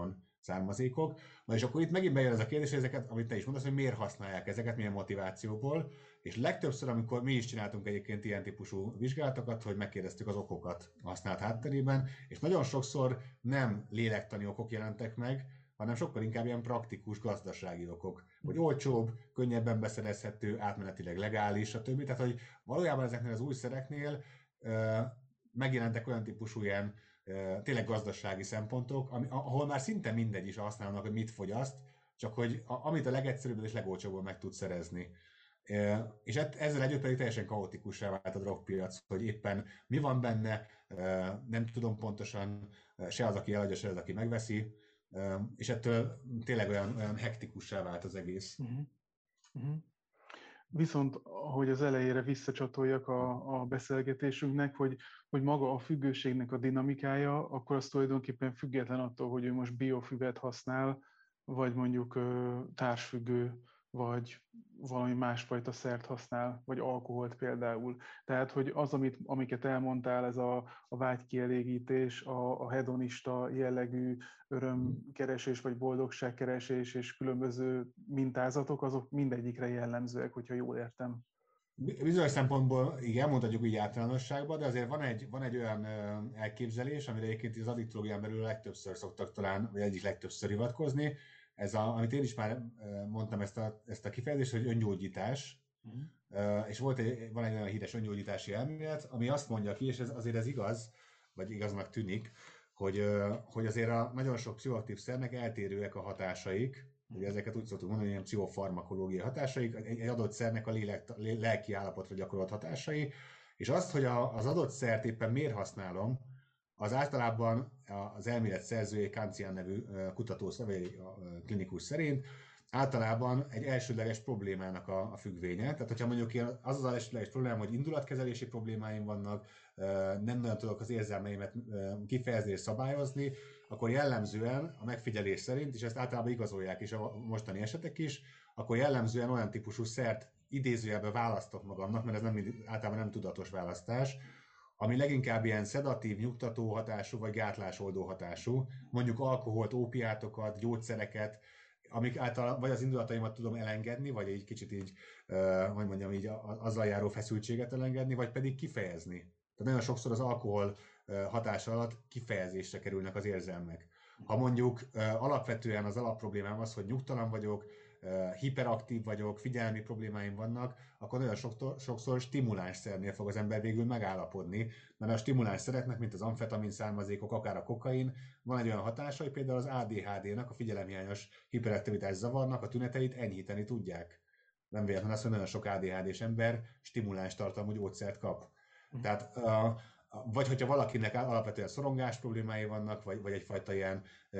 származékok. Na és akkor itt megint bejön ez a kérdés, hogy ezeket, amit te is mondasz, hogy miért használják ezeket, milyen motivációból, és legtöbbször, amikor mi is csináltunk egyébként ilyen típusú vizsgálatokat, hogy megkérdeztük az okokat a használat hátterében, és nagyon sokszor nem lélektani okok jelentek meg, hanem sokkal inkább ilyen praktikus, gazdasági okok. Hogy olcsóbb, könnyebben beszerezhető, átmenetileg legális, stb. Tehát, hogy valójában ezeknél az új szereknél uh, megjelentek olyan típusú ilyen uh, tényleg gazdasági szempontok, ami, ahol már szinte mindegy is a használónak, hogy mit fogyaszt, csak hogy a, amit a legegyszerűbb és legolcsóbban meg tud szerezni. Uh, és et, ezzel együtt pedig teljesen kaotikussá vált a drogpiac, hogy éppen mi van benne, uh, nem tudom pontosan, uh, se az, aki eladja, se az, aki megveszi, és ettől tényleg olyan, olyan hektikussá vált az egész. Uh-huh. Uh-huh. Viszont, hogy az elejére visszacsatoljak a, a beszélgetésünknek, hogy, hogy maga a függőségnek a dinamikája, akkor az tulajdonképpen független attól, hogy ő most biofüvet használ, vagy mondjuk társfüggő, vagy valami másfajta szert használ, vagy alkoholt például. Tehát, hogy az, amit, amiket elmondtál, ez a, a vágykielégítés, a, a hedonista jellegű örömkeresés, vagy boldogságkeresés, és különböző mintázatok, azok mindegyikre jellemzőek, hogyha jól értem. Bizonyos szempontból igen, mondhatjuk így általánosságban, de azért van egy, van egy olyan elképzelés, amire egyébként az addiktológián belül legtöbbször szoktak talán, vagy egyik legtöbbször hivatkozni. Ez a, amit én is már mondtam, ezt a, ezt a kifejezést, hogy öngyógyítás. Uh-huh. És volt egy, van egy olyan híres öngyógyítási elmélet, ami azt mondja ki, és ez, azért ez igaz, vagy igaznak tűnik, hogy, hogy azért a nagyon sok pszichoaktív szernek eltérőek a hatásaik. Ugye ezeket úgy szoktuk mondani, hogy ilyen pszichofarmakológiai hatásaik, egy adott szernek a lélek, lelki állapotra gyakorolt hatásai, és azt, hogy a, az adott szert éppen miért használom, az általában az elmélet szerzője, Kantian nevű kutató, vagy klinikus szerint általában egy elsődleges problémának a, a függvénye. Tehát, hogyha mondjuk az az elsődleges problémám, hogy indulatkezelési problémáim vannak, nem nagyon tudok az érzelmeimet kifejezni és szabályozni, akkor jellemzően a megfigyelés szerint, és ezt általában igazolják is a mostani esetek is, akkor jellemzően olyan típusú szert idézőjelben választok magamnak, mert ez nem, általában nem tudatos választás, ami leginkább ilyen szedatív, nyugtató hatású, vagy gátlásoldó hatású, mondjuk alkoholt, ópiátokat, gyógyszereket, amik által vagy az indulataimat tudom elengedni, vagy egy kicsit így, hogy mondjam így, azzal járó feszültséget elengedni, vagy pedig kifejezni. Tehát nagyon sokszor az alkohol hatása alatt kifejezésre kerülnek az érzelmek. Ha mondjuk alapvetően az alapproblémám az, hogy nyugtalan vagyok, hiperaktív vagyok, figyelmi problémáim vannak, akkor nagyon sokszor, sokszor stimuláns szernél fog az ember végül megállapodni, mert a stimuláns szereknek, mint az amfetamin származékok, akár a kokain, van egy olyan hatása, hogy például az á dé há dé-nek, a figyelemhiányos hiperaktivitás zavarnak a tüneteit enyhíteni tudják. Nem véletlenül az, hogy nagyon sok á dé há dés ember stimuláns tartalmú gyógyszert kap. Mm. Tehát a, vagy hogyha valakinek alapvetően szorongás problémái vannak, vagy, vagy egyfajta ilyen,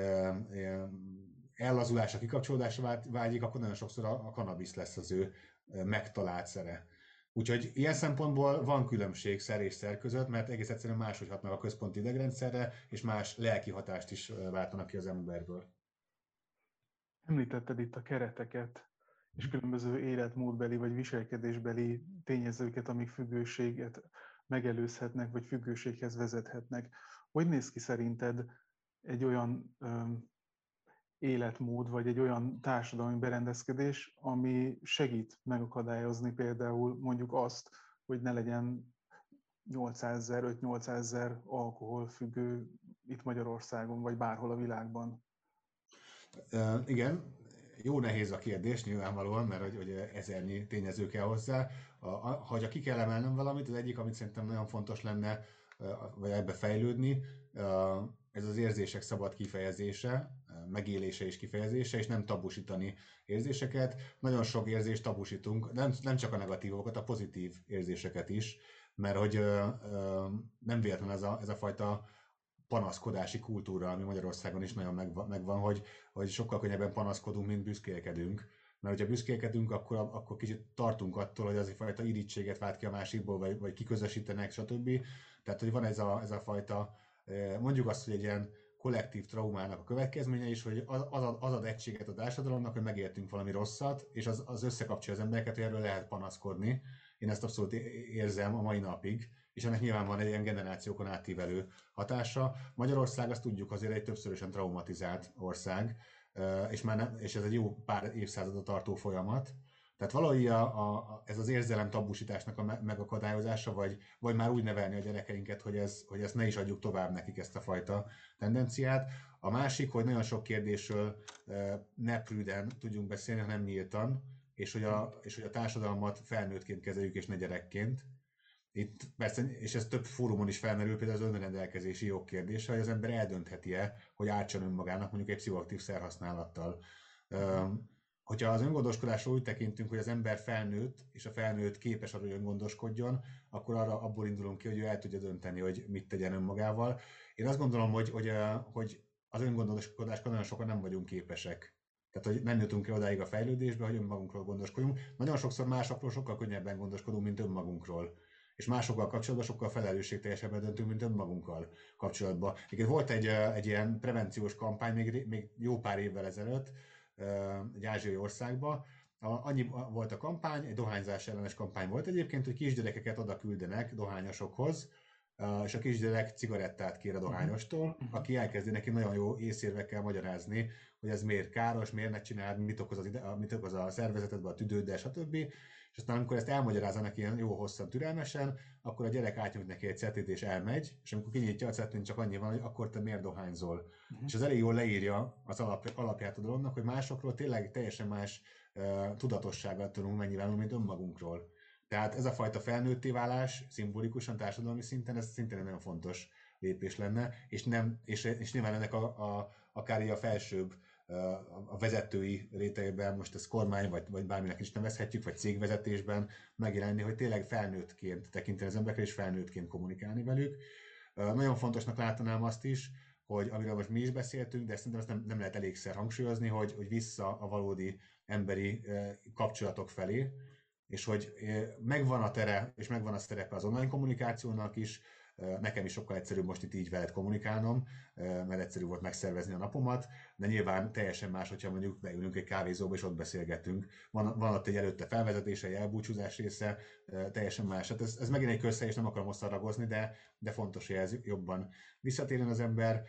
ilyen ellazulásra, kikapcsolódásra vágyik, akkor nagyon sokszor a, a kannabisz lesz az ő megtalált szere. Úgyhogy ilyen szempontból van különbség szer és szer között, mert egész egyszerűen máshogy hatnak a központi idegrendszerre, és más lelki hatást is váltanak ki az emberből. Említetted itt a kereteket, és különböző életmódbeli vagy viselkedésbeli tényezőket, amik függőséget megelőzhetnek, vagy függőséghez vezethetnek. Hogy néz ki szerinted egy olyan öm, életmód, vagy egy olyan társadalmi berendezkedés, ami segít megakadályozni például mondjuk azt, hogy ne legyen nyolcszázezer, öt-nyolcszázezer alkoholfüggő itt Magyarországon, vagy bárhol a világban? Uh, igen, jó nehéz a kérdés nyilvánvalóan, mert hogy, hogy ezernyi tényező kell hozzá. A, a, ha ki kell emelnem valamit, az egyik, amit szerintem nagyon fontos lenne, vagy ebbe fejlődni, ez az érzések szabad kifejezése, megélése és kifejezése, és nem tabusítani érzéseket. Nagyon sok érzést tabusítunk, nem, nem csak a negatívokat, a pozitív érzéseket is, mert hogy nem véletlen ez a, ez a fajta panaszkodási kultúra, ami Magyarországon is nagyon megvan, megvan hogy, hogy sokkal könnyebben panaszkodunk, mint büszkélkedünk. Mert hogyha büszkélkedünk, akkor, akkor kicsit tartunk attól, hogy az egy fajta irítséget vált ki a másikból, vagy, vagy kiközösítenek, stb. Tehát, hogy van ez a, ez a fajta, mondjuk azt, hogy egy ilyen kollektív traumának a következménye is, hogy az, az, ad, az ad egységet a társadalomnak, hogy megéltünk valami rosszat, és az, az összekapcsolja az embereket, hogy erről lehet panaszkodni. Én ezt abszolút érzem a mai napig, és ennek nyilván van egy ilyen generációkon átívelő hatása. Magyarország, azt tudjuk, azért egy többszörösen traumatizált ország, és, már nem, és ez egy jó pár évszázadot tartó folyamat. Tehát valahogy a, a, ez az érzelem tabusításnak a megakadályozása, vagy, vagy már úgy nevelni a gyerekeinket, hogy, ez, hogy ezt ne is adjuk tovább nekik, ezt a fajta tendenciát. A másik, hogy nagyon sok kérdésről ne prűden tudjunk beszélni, hanem nyíltan, és hogy a, és hogy a társadalmat felnőttként kezeljük, és ne gyerekként. Itt persze, és ez több fórumon is felmerül, például az önrendelkezési jog kérdése, hogy az ember eldöntheti-e, hogy ártson önmagának mondjuk egy pszichoaktív szerhasználattal. Um, hogyha az öngondoskodásról úgy tekintünk, hogy az ember felnőtt, és a felnőtt képes arra, hogy öngondoskodjon, akkor arra abból indulunk ki, hogy ő el tudja dönteni, hogy mit tegyen önmagával. Én azt gondolom, hogy, hogy, hogy az öngondoskodásra nagyon sokan nem vagyunk képesek. Tehát, hogy nem jutunk el odáig a fejlődésbe, hogy önmagunkról gondoskodjunk. Nagyon sokszor másokról sokkal könnyebben gondoskodunk, mint önmagunkról. És másokkal kapcsolatban sokkal felelősségteljesebben döntünk, mint önmagunkkal kapcsolatban. Igen, volt egy, egy ilyen prevenciós kampány még, még jó pár évvel ezelőtt egy ázsiai országban. Annyi volt a kampány, egy dohányzás ellenes kampány volt egyébként, hogy kisgyerekeket oda küldenek dohányosokhoz, és a kisgyerek cigarettát kér a dohányostól, aki elkezdi neki nagyon jó észérvekkel magyarázni, hogy ez miért káros, miért ne csináld, mit okoz, az ide, mit okoz a szervezetedbe, a tüdőddel, stb. És aztán amikor ezt elmagyarázza neki ilyen jó hosszan, türelmesen, akkor a gyerek átnyújt neki egy cetlit és elmegy, és amikor kinyitja a cetlin, csak annyi van, hogy akkor te miért dohányzol. Uh-huh. És az elég jól leírja az alap, alapját a dolognak, hogy másokról tényleg teljesen más uh, tudatossággal tudunk megnyilvánulni, mint önmagunkról. Tehát ez a fajta felnőtté válás szimbolikusan, társadalmi szinten, ez szintén egy nagyon fontos lépés lenne, és, nem, és, és nyilván ennek a, a, akár így a felsőbb, a vezetői rétegben, most ez kormány, vagy, vagy bárminek is nevezhetjük, vagy cégvezetésben megjelenni, hogy tényleg felnőttként tekinteni az emberekre, és felnőttként kommunikálni velük. Nagyon fontosnak látanám azt is, hogy amiről most mi is beszéltünk, de szerintem ezt nem, nem lehet elégszer hangsúlyozni, hogy, hogy vissza a valódi emberi kapcsolatok felé, és hogy megvan a tere, és megvan a szerepe az online kommunikációnak is. Nekem is sokkal egyszerűbb most itt így veled kommunikálnom, mert egyszerű volt megszervezni a napomat, de nyilván teljesen más, hogyha mondjuk beülünk egy kávézóba és ott beszélgetünk. Van, van ott egy előtte felvezetése, egy elbúcsúzás része, teljesen más. Hát ez, ez megint egy közhely, és nem akarom hosszaragozni, de, de fontos, hogy ez jobban visszatérjen az ember.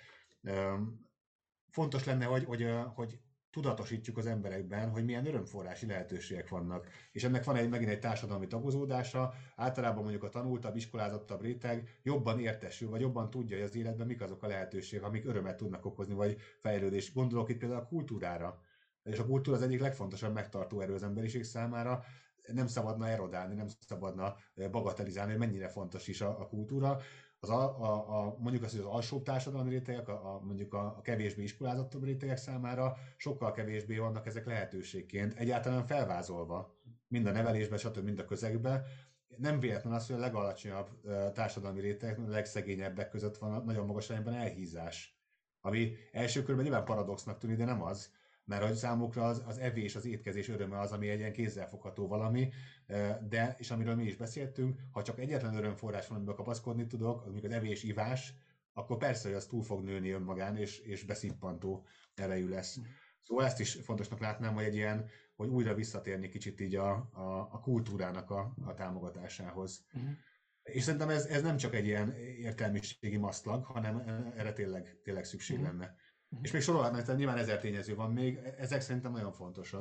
Fontos lenne, hogy, hogy, hogy tudatosítjuk az emberekben, hogy milyen örömforrási lehetőségek vannak. És ennek van egy, megint egy társadalmi tagozódása, általában mondjuk a tanultabb, iskolázottabb réteg jobban értesül, vagy jobban tudja, hogy az életben mik azok a lehetőségek, amik örömet tudnak okozni, vagy fejlődés. Gondolok itt például a kultúrára. És a kultúra az egyik legfontosabb megtartó erő az emberiség számára. Nem szabadna erodálni, nem szabadna bagatelizálni, hogy mennyire fontos is a, a kultúra. Az a, a, a, mondjuk azt, hogy az alsóbb társadalmi rétegek, a, a, mondjuk a, a kevésbé iskolázottabb rétegek számára sokkal kevésbé vannak ezek lehetőségként, egyáltalán felvázolva, mind a nevelésben, stb. Mind a közegben. Nem véletlen az, hogy a legalacsonyabb társadalmi rétegek, a legszegényebbek között van nagyon magas arányban elhízás. Ami első körben nyilván paradoxnak tűnik, de nem az, mert hogy számukra az, az evés, az étkezés öröme az, ami egy ilyen kézzelfogható valami, de, és amiről mi is beszéltünk, ha csak egyetlen örömforrás van, amiben kapaszkodni tudok, az az evés, ivás, akkor persze, hogy az túl fog nőni önmagán, és, és beszippantó erejű lesz. Szóval ezt is fontosnak látnám, hogy egy ilyen, hogy újra visszatérni kicsit így a, a, a kultúrának a, a támogatásához. Uh-huh. És szerintem ez, ez nem csak egy ilyen értelmiségi maszlag, hanem erre tényleg, tényleg szükség uh-huh. lenne. Uh-huh. És még sorolhatnánk, tehát nyilván ezer tényező van még, ezek szerintem nagyon fontosak.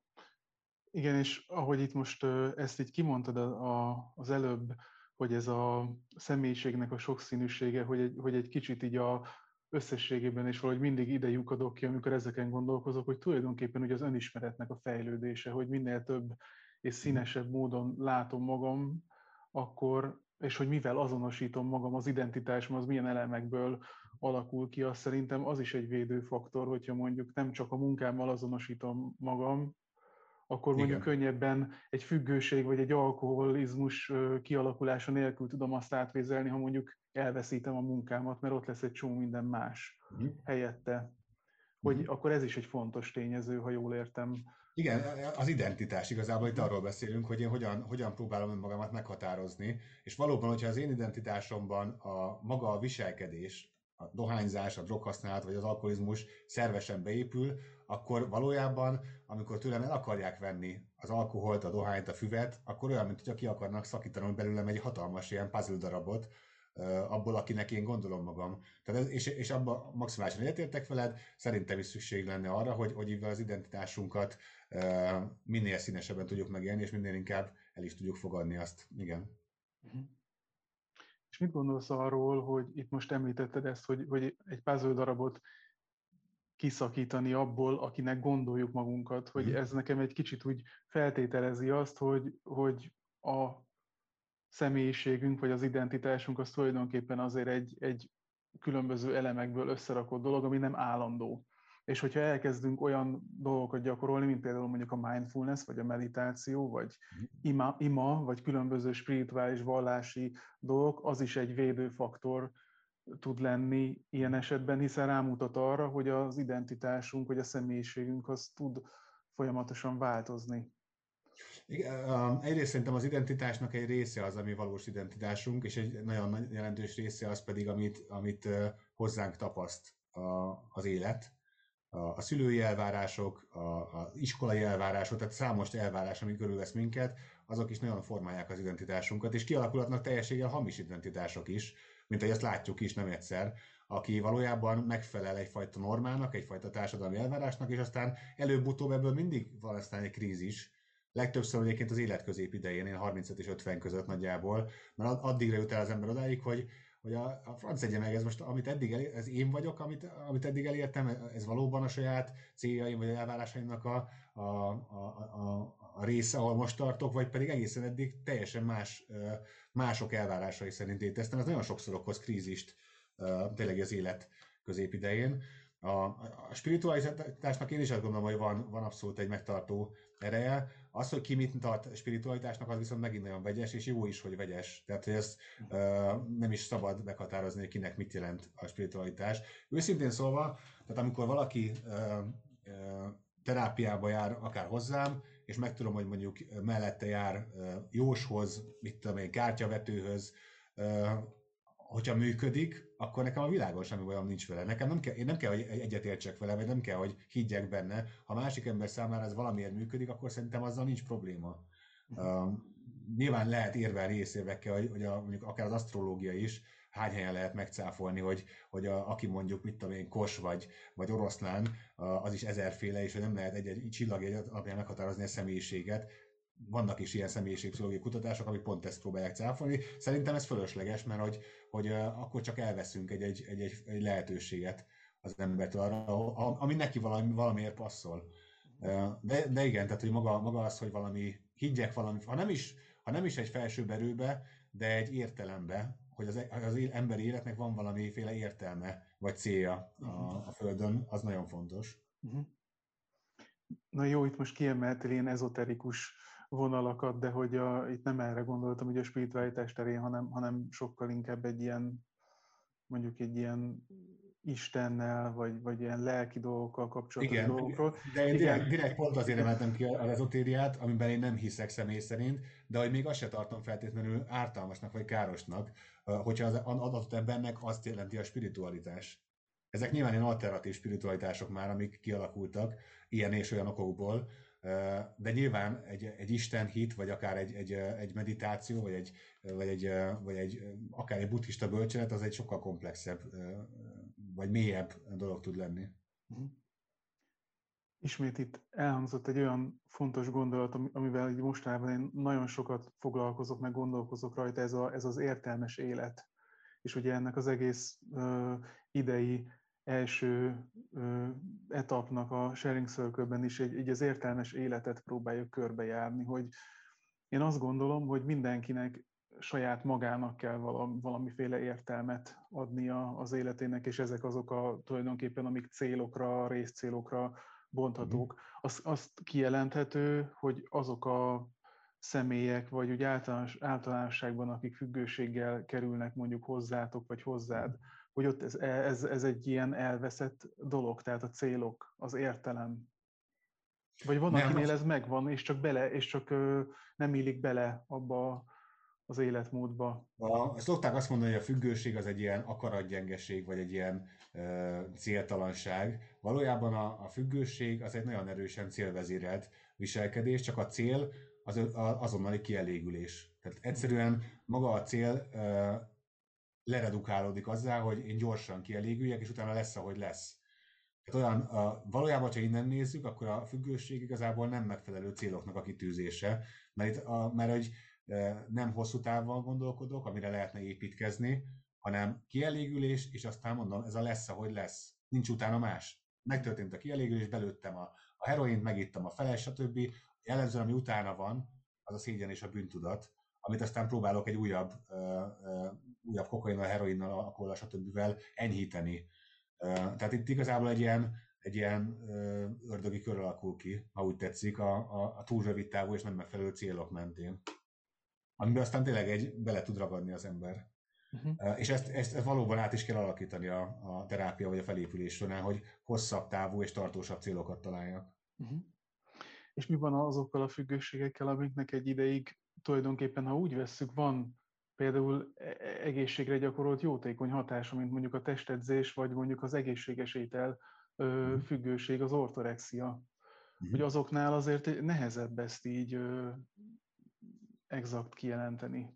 Igen, és ahogy itt most ezt így kimondtad az előbb, hogy ez a személyiségnek a sokszínűsége, hogy egy, hogy egy kicsit így a összességében, és valahogy mindig ide lyukadok ki, amikor ezeken gondolkozok, hogy tulajdonképpen ugye az önismeretnek a fejlődése, hogy minél több és színesebb módon látom magam, akkor, és hogy mivel azonosítom magam, az identitásom, az milyen elemekből alakul ki, azt szerintem az is egy védőfaktor, hogyha mondjuk nem csak a munkámmal azonosítom magam, akkor mondjuk igen. Könnyebben egy függőség vagy egy alkoholizmus kialakulása nélkül tudom azt átvézelni, ha mondjuk elveszítem a munkámat, mert ott lesz egy csomó minden más uh-huh. helyette. Hogy uh-huh. akkor ez is egy fontos tényező, ha jól értem. Igen, az identitás igazából itt arról beszélünk, hogy én hogyan, hogyan próbálom önmagamat meghatározni, és valóban, hogyha az én identitásomban a maga a viselkedés, a dohányzás, a droghasználat vagy az alkoholizmus szervesen beépül, akkor valójában, amikor tőlem el akarják venni az alkoholt, a dohányt, a füvet, akkor olyan, mint hogyha ki akarnak szakítani belőlem egy hatalmas ilyen puzzle darabot, abból, akinek én gondolom magam. Tehát ez, és, és abban maximálisan egyetértek veled, szerintem is szükség lenne arra, hogy, hogy így az identitásunkat minél színesebben tudjuk megélni, és minél inkább el is tudjuk fogadni azt. Igen. Uh-huh. És mit gondolsz arról, hogy itt most említetted ezt, hogy, hogy egy puzzle darabot kiszakítani abból, akinek gondoljuk magunkat, hogy Uh-huh. ez nekem egy kicsit úgy feltételezi azt, hogy, hogy a személyiségünk, vagy az identitásunk az tulajdonképpen azért egy, egy különböző elemekből összerakott dolog, ami nem állandó. És hogyha elkezdünk olyan dolgokat gyakorolni, mint például mondjuk a mindfulness, vagy a meditáció, vagy ima, ima vagy különböző spirituális vallási dolgok, az is egy védőfaktor tud lenni ilyen esetben, hiszen rámutat arra, hogy az identitásunk, vagy a személyiségünk az tud folyamatosan változni. Igen, egyrészt szerintem az identitásnak egy része az, ami valós identitásunk, és egy nagyon jelentős része az pedig, amit, amit hozzánk tapaszt az élet. A szülői elvárások, az iskolai elvárások, tehát számos elvárás, ami körülvesz minket, azok is nagyon formálják az identitásunkat, és kialakulhatnak teljességgel hamis identitások is, mint ahogy ezt látjuk is nem egyszer, aki valójában megfelel egyfajta normának, egyfajta társadalmi elvárásnak, és aztán előbb-utóbb ebből mindig van aztán egy krízis, legtöbbször egyébként az életközép idején, én harmincöt és ötven között nagyjából, mert addigra jut el az ember odáig, hogy, hogy a, a franc egye meg, ez most, amit eddig elér, ez én vagyok, amit, amit eddig elértem, ez valóban a saját céljaim vagy elvárásaimnak a, a, a, a, a része, ahol most tartok, vagy pedig egészen eddig teljesen más, mások elvárásai szerint léteztem. Ez nagyon sokszor okoz krízist tényleg az élet középidején. A, a spiritualitásnak én is azt gondolom, hogy van, van abszolút egy megtartó ereje. Az, hogy ki mit tart spiritualitásnak, az viszont megint nagyon vegyes, és jó is, hogy vegyes. Tehát, hogy ezt uh, nem is szabad meghatározni, hogy kinek mit jelent a spiritualitás. Őszintén szólva, tehát amikor valaki uh, uh, terápiába jár, akár hozzám, és megtudom, hogy mondjuk mellette jár uh, jóshoz, mit tudom én, kártyavetőhöz, uh, hogyha működik, akkor nekem a világon semmi bajom nincs vele. Nekem nem kell, én nem kell, hogy egyetértsek vele, vagy nem kell, hogy higgyek benne. Ha másik ember számára ez valamiért működik, akkor szerintem azzal nincs probléma. Um, nyilván lehet érvelni észérvekkel, hogy, hogy a, mondjuk akár az asztrológia is, hány helyen lehet megcáfolni, hogy, hogy a, aki mondjuk, mit tudom én, kos vagy, vagy oroszlán, az is ezerféle, és hogy nem lehet egy-egy csillagjegy alapján meghatározni a személyiséget. Vannak is ilyen személyiségpszichológiai kutatások, amik pont ezt próbálják cáfolni. Szerintem ez fölösleges, mert hogy, hogy akkor csak elveszünk egy, egy, egy, egy lehetőséget az embertől arra, ami neki valami, valamiért passzol. De, de igen, tehát hogy maga, maga az, hogy valami, higgyek valami, ha nem is, ha nem is egy felsőbb erőbe, de egy értelembe, hogy az, az emberi életnek van valamiféle értelme, vagy célja a, a Földön, az nagyon fontos. Na jó, itt most kiemeltél ilyen ezoterikus vonalakat, de hogy a, itt nem erre gondoltam, hogy a spiritualitás terén, hanem, hanem sokkal inkább egy ilyen, mondjuk egy ilyen Istennel, vagy, vagy ilyen lelki dolgokkal kapcsolatos Igen, dolgokról. de én Igen, direkt, direkt pont azért igen. emeltem ki az ezotériát, amiben én nem hiszek személy szerint, de hogy még azt se tartom feltétlenül ártalmasnak vagy károsnak, hogyha az adott embernek azt jelenti a spiritualitás. Ezek nyilván ilyen alternatív spiritualitások már, amik kialakultak ilyen és olyan okokból, de nyilván egy, egy Isten hit, vagy akár egy, egy, egy meditáció, vagy egy, vagy, egy, vagy egy, akár egy buddhista bölcselet, az egy sokkal komplexebb, vagy mélyebb dolog tud lenni. Ismét itt elhangzott egy olyan fontos gondolat, amivel mostanában én nagyon sokat foglalkozok, meg gondolkozok rajta, ez, a, ez az értelmes élet. És ugye ennek az egész uh, idei első uh, etapnak a Sharing Circle-ben is egy, egy az értelmes életet próbáljuk körbejárni, hogy én azt gondolom, hogy mindenkinek saját magának kell valamiféle értelmet adnia az életének, és ezek azok a tulajdonképpen, amik célokra, részcélokra bonthatók. Az, azt kijelenthető, hogy azok a személyek, vagy úgy általános, általánosságban, akik függőséggel kerülnek mondjuk hozzátok, vagy hozzád, hogy ott ez, ez, ez egy ilyen elveszett dolog, tehát a célok, az értelem. Vagy van, Nem, akinél ez megvan, és csak bele, és csak ö, nem illik bele abba az életmódba. A, szokták azt mondani, hogy a függőség az egy ilyen akaratgyengeség, vagy egy ilyen ö, céltalanság. Valójában a, a függőség az egy nagyon erősen célvezérelt viselkedés, csak a cél az a, azonnali kielégülés. Tehát egyszerűen maga a cél ö, leredukálódik azzá, hogy én gyorsan kielégüljek, és utána lesz, ahogy lesz. Tehát olyan, a, valójában, ha innen nézzük, akkor a függőség igazából nem megfelelő céloknak a kitűzése, mert, itt a, mert hogy e, nem hosszú távval gondolkodok, amire lehetne építkezni, hanem kielégülés, és aztán mondom, ez a lesz, ahogy lesz. Nincs utána más. Megtörtént a kielégülés, belőttem a, a heroint, megittem a feles, stb. Jellemzően, ami utána van, az a szégyen és a bűntudat, amit aztán próbálok egy újabb, uh, uh, újabb kokainnal, heroinnal, alkohollal, stb. Enyhíteni. Tehát itt igazából egy ilyen, egy ilyen ördögi kör alakul ki, ha úgy tetszik, a, a, a túl rövid távú és nem megfelelő célok mentén. Amiben aztán tényleg egy bele tud ragadni az ember. Uh-huh. És ezt, ezt valóban át is kell alakítani a, a terápia vagy a felépülés során, hogy hosszabb távú és tartósabb célokat találjak. Uh-huh. És mi van azokkal a függőségekkel, amiknek egy ideig tulajdonképpen, ha úgy vesszük, van például egészségre gyakorolt jótékony hatása, mint mondjuk a testedzés, vagy mondjuk az egészséges étel uh-huh. függőség, az ortorexia. Uh-huh. Hogy azoknál azért nehezebb ezt így ö, exakt kijelenteni.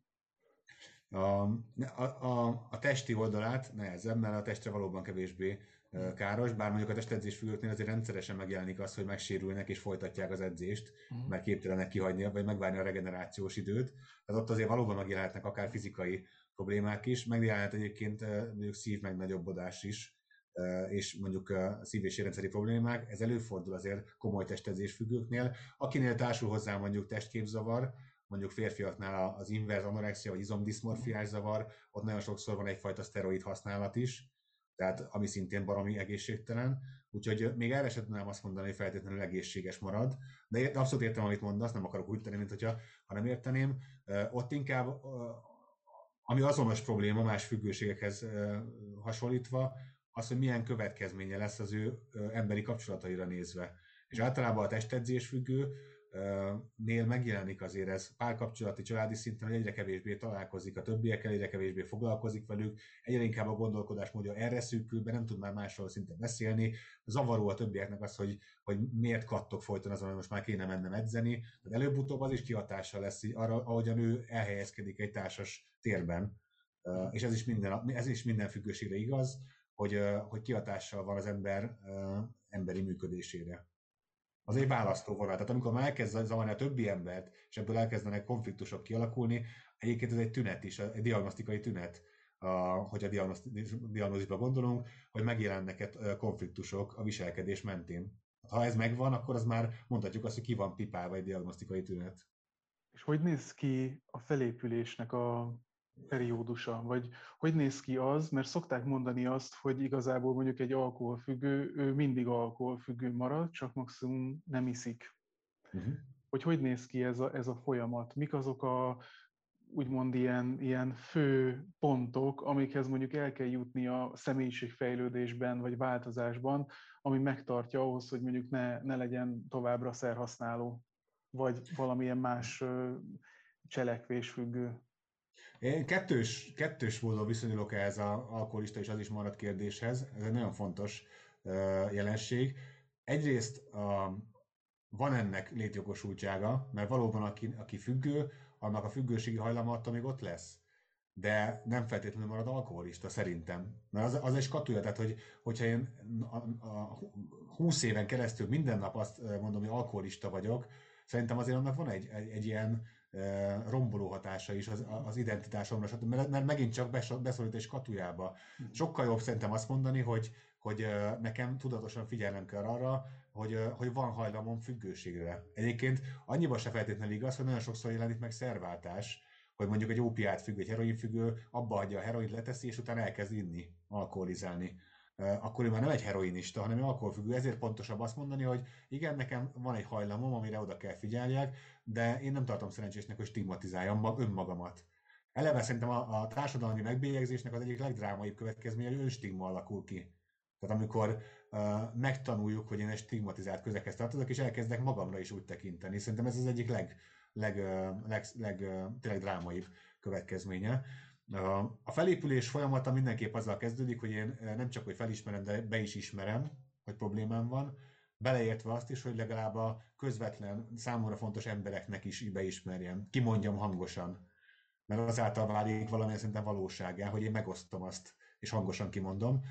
A, a, a, a testi oldalát nehezebb, mert a testre valóban kevésbé káros, bár mondjuk a testedzés függőknél azért rendszeresen megjelenik az, hogy megsérülnek és folytatják az edzést, uh-huh. mert képtelenek kihagyni, vagy megvárni a regenerációs időt. Tehát ott azért valóban megjelenhetnek akár fizikai problémák is, megjelenhet egyébként mondjuk szív megnagyobbodás is, és mondjuk szív- és érrendszeri problémák. Ez előfordul azért komoly testedzés függőknél. Akinél társul hozzá mondjuk testképzavar, mondjuk férfiaknál az inverz anorexia vagy izomdiszmorfiás zavar, ott nagyon sokszor van egyfajta szteroid használat is, tehát ami szintén baromi egészségtelen. Úgyhogy még erre sem tudnám azt mondani, hogy feltétlenül egészséges marad, de abszolút értem, amit mondasz, nem akarok úgy tenni, mint hogyha, ha nem érteném. Ott inkább, ami azonos probléma más függőségekhez hasonlítva, az, hogy milyen következménye lesz az ő emberi kapcsolataira nézve. És általában a testedzés függő nél megjelenik azért ez párkapcsolati, családi szinten, hogy egyre kevésbé találkozik a többiekkel, egyre kevésbé foglalkozik velük, egyre inkább a gondolkodásmódja erre szűkül, be nem tud már másról szinte beszélni, zavaró a többieknek az, hogy, hogy miért kattok folyton azon, hogy most már kéne mennem edzeni, tehát előbb-utóbb az is kihatással lesz arra, ahogy a nő elhelyezkedik egy társas térben, és ez is minden, ez is minden függőségre igaz, hogy, hogy kihatással van az ember emberi működésére. Az egy választóvonal. Tehát amikor már elkezd zavarni a többi embert, és ebből elkezdenek konfliktusok kialakulni, egyébként ez egy tünet is, egy diagnosztikai tünet, hogy a diagnózisba gondolunk, hogy megjelennek konfliktusok a viselkedés mentén. Ha ez megvan, akkor az már mondhatjuk azt, hogy ki van pipálva egy diagnosztikai tünet. És hogy néz ki a felépülésnek a periódusa, vagy hogy néz ki az, mert szokták mondani azt, hogy igazából mondjuk egy alkoholfüggő, ő mindig alkoholfüggő marad, csak maximum nem iszik. Uh-huh. Hogy hogy néz ki ez a, ez a folyamat? Mik azok a úgymond ilyen, ilyen fő pontok, amikhez mondjuk el kell jutni a személyiségfejlődésben vagy változásban, ami megtartja ahhoz, hogy mondjuk ne, ne legyen továbbra szerhasználó, vagy valamilyen más cselekvésfüggő. Én kettős, kettős módon viszonyulok ehhez az alkoholista és az is marad kérdéshez. Ez egy nagyon fontos uh, jelenség. Egyrészt a, van ennek létjogosultsága, mert valóban aki, aki függő, annak a függőségi hajlama attól még ott lesz. De nem feltétlenül marad alkoholista, szerintem. Mert az, az egy skatuja, tehát hogy, hogyha én a, a húsz éven keresztül minden nap azt mondom, hogy alkoholista vagyok, szerintem azért annak van egy, egy, egy ilyen romboló hatása is az, az identitásomra, mert, mert megint csak beszorít egy skatujába. Sokkal jobb szerintem azt mondani, hogy, hogy nekem tudatosan figyelnem kell arra, hogy, hogy van hajlamom függőségre. Egyébként annyiban se feltétlenül igaz, hogy nagyon sokszor jelenik meg szerváltás, hogy mondjuk egy ópiát függő, egy heroinfüggő abba hagyja a heroint, leteszi, és utána elkezd inni, alkoholizálni. Akkor ő már nem egy heroinista, hanem egy alkoholfüggő. Ezért pontosabb azt mondani, hogy igen, nekem van egy hajlamom, amire oda kell figyeljek, de én nem tartom szerencsésnek, hogy stigmatizáljam önmagamat. Eleve szerintem a, a társadalmi megbélyegzésnek az egyik legdrámaibb következménye, hogy önstigma alakul ki. Tehát amikor uh, megtanuljuk, hogy én egy stigmatizált közeghez tartozok, és elkezdek magamra is úgy tekinteni. Szerintem ez az egyik leg, leg, leg, leg, tényleg drámaibb következménye. A felépülés folyamata mindenképp azzal kezdődik, hogy én nem csak hogy felismerem, de be is ismerem, hogy problémám van, beleértve azt is, hogy legalább a közvetlen, számomra fontos embereknek is beismerjem, kimondjam hangosan, mert azáltal válik valamilyen szinten valósággá, hogy én megosztom azt, és hangosan kimondom.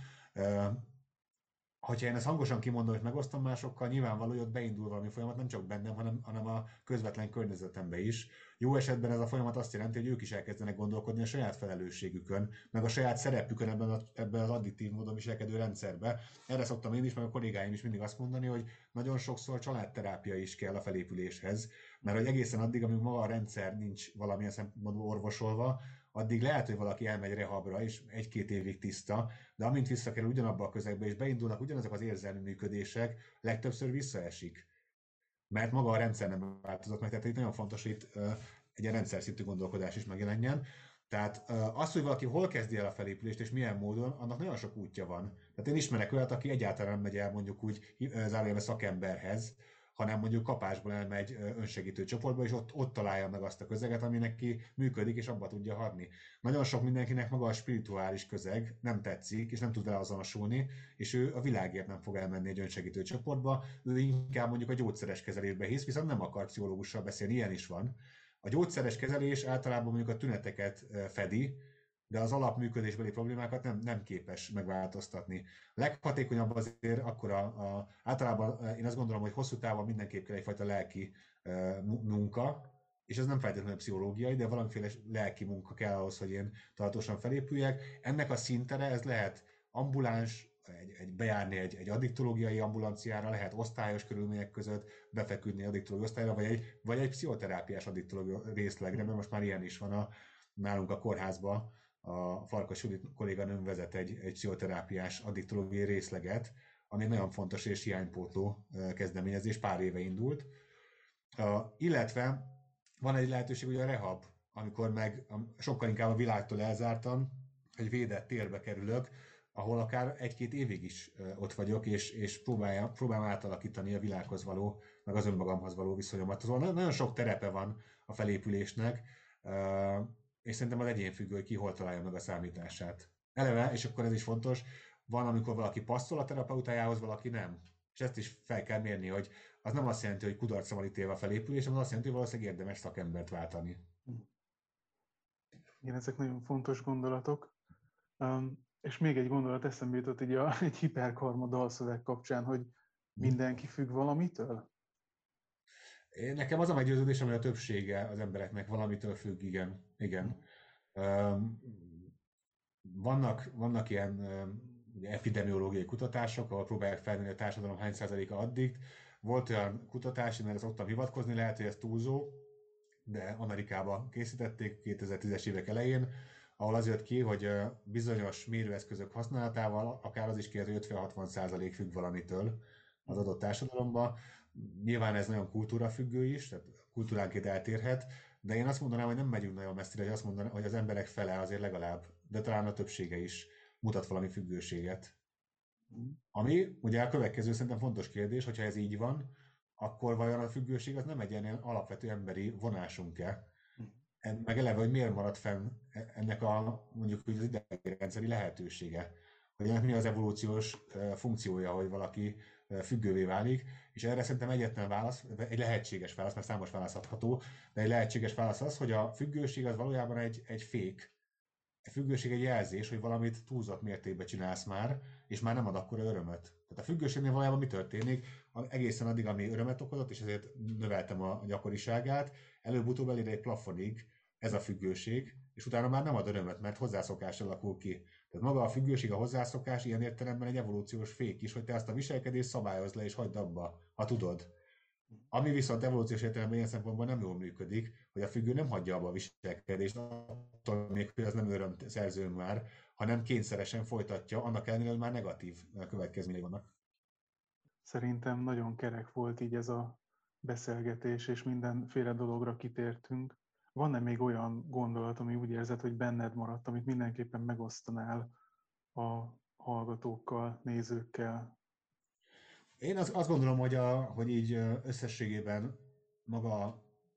Hogyha én ezt hangosan kimondom, és megosztom másokkal, nyilvánvaló, hogy ott beindul valami folyamat, nem csak bennem, hanem, hanem a közvetlen környezetembe is. Jó esetben ez a folyamat azt jelenti, hogy ők is elkezdenek gondolkodni a saját felelősségükön, meg a saját szerepükön ebben, a, ebben az addiktív módon viselkedő rendszerbe. Erre szoktam én is, meg a kollégáim is mindig azt mondani, hogy nagyon sokszor családterápia is kell a felépüléshez, mert hogy egészen addig, amíg maga a rendszer nincs valamilyen szempontból orvosolva, addig lehet, hogy valaki elmegy rehabra, és egy-két évig tiszta, de amint visszakerül ugyanabba a közegbe, és beindulnak ugyanazok az érzelmi működések, legtöbbször visszaesik. Mert maga a rendszer nem változott meg, tehát itt nagyon fontos, hogy itt egy rendszer szintű gondolkodás is megjelenjen. Tehát az, hogy valaki hol kezdi el a felépülést, és milyen módon, annak nagyon sok útja van. Tehát én ismerek olyat, aki egyáltalán nem megy el mondjuk úgy zárójelben szakemberhez, hanem mondjuk kapásból elmegy önsegítő csoportba, és ott, ott találja meg azt a közeget, ami neki működik, és abba tudja hadni. Nagyon sok mindenkinek maga a spirituális közeg nem tetszik, és nem tud vele azonosulni, és ő a világért nem fog elmenni egy önsegítő csoportba, ő inkább mondjuk a gyógyszeres kezelésbe hisz, viszont nem akar pszichológussal beszélni, ilyen is van. A gyógyszeres kezelés általában mondjuk a tüneteket fedi, de az alapműködésbeli problémákat nem, nem képes megváltoztatni. A leghatékonyabb azért akkor a, a, általában én azt gondolom, hogy hosszú távon mindenképp kell egyfajta lelki uh, munka, és ez nem feltétlenül pszichológiai, de valamiféle lelki munka kell ahhoz, hogy én tartósan felépüljek. Ennek a szintere ez lehet ambuláns, egy, egy bejárni egy, egy addiktológiai ambulanciára, lehet osztályos körülmények között befeküdni addiktológiai osztályra, vagy egy, vagy egy pszichoterápiás addiktológiai részlegre, mert most már ilyen is van a, nálunk a kórházban. A Farkas Judit kolléganőm vezet egy, egy pszichoterápiás addiktológiai részleget, ami nagyon fontos és hiánypótló kezdeményezés, pár éve indult. Uh, illetve van egy lehetőség, hogy a rehab, amikor meg sokkal inkább a világtól elzártan, egy védett térbe kerülök, ahol akár egy-két évig is uh, ott vagyok, és, és próbálja, próbálom átalakítani a világhoz való, meg az önmagamhoz való viszonyomat. Szóval nagyon sok terepe van a felépülésnek, uh, és szerintem az egyén függő, hogy ki hol találja meg a számítását. Eleve, és akkor ez is fontos, van, amikor valaki passzol a terapeutájához, valaki nem. És ezt is fel kell mérni, hogy az nem azt jelenti, hogy kudarcra van ítélve a felépülés, hanem azt jelenti, hogy valószínűleg érdemes szakembert váltani. Igen, ezek nagyon fontos gondolatok. Um, és még egy gondolat eszembe jutott így a, egy hiperkarma dalszöveg kapcsán, hogy mindenki függ valamitől? Én, nekem az a meggyőződésem, hogy a többsége az embereknek valamitől függ, igen. igen. Um, vannak, vannak ilyen um, epidemiológiai kutatások, ahol próbálják felmérni a társadalom hány százaléka addikt. Volt olyan kutatás, én erre szoktam hivatkozni, lehet, hogy ez túlzó, de Amerikában készítették kétezer-tízes évek elején, ahol az jött ki, hogy bizonyos mérőeszközök használatával akár az is ki, hogy ötven-hatvan százalék függ valamitől az adott társadalomban. Nyilván ez nagyon kultúrafüggő is, tehát kultúránként eltérhet, de én azt mondanám, hogy nem megyünk nagyon messzire, hogy azt mondanám, hogy az emberek fele azért legalább, de talán a többsége is mutat valami függőséget. Ami ugye a következő szerintem fontos kérdés, hogyha ez így van, akkor vajon a függőség az nem egy ilyen alapvető emberi vonásunk-e? Meg eleve, hogy miért maradt fenn ennek a mondjuk az idegrendszeri lehetősége? Hogy ennek mi az evolúciós funkciója, hogy valaki függővé válik, és erre szerintem egyetlen válasz, egy lehetséges válasz, mert számos válasz adható, de egy lehetséges válasz az, hogy a függőség az valójában egy, egy fék. A függőség egy jelzés, hogy valamit túlzott mértékben csinálsz már, és már nem ad akkora örömöt. Tehát a függőségnél valójában mi történik? Egészen addig, ami örömet okozott, és ezért növeltem a gyakoriságát, előbb-utóbb elér egy plafonig ez a függőség, és utána már nem ad örömöt, mert hozzászokás alakul ki. Tehát maga a függőség, a hozzászokás ilyen értelemben egy evolúciós fék is, hogy te azt a viselkedést szabályozd le és hagyd abba, ha tudod. Ami viszont evolúciós értelemben ilyen szempontból nem jól működik, hogy a függő nem hagyja abba a viselkedést, attól még, hogy az nem örömszerző már, hanem kényszeresen folytatja, annak ellenére, hogy már negatív következményei vannak. Szerintem nagyon kerek volt így ez a beszélgetés, és mindenféle dologra kitértünk. Van-e még olyan gondolat, ami úgy érzed, hogy benned maradt, amit mindenképpen megosztanál a hallgatókkal, nézőkkel? Én azt, azt gondolom, hogy, a, hogy így összességében maga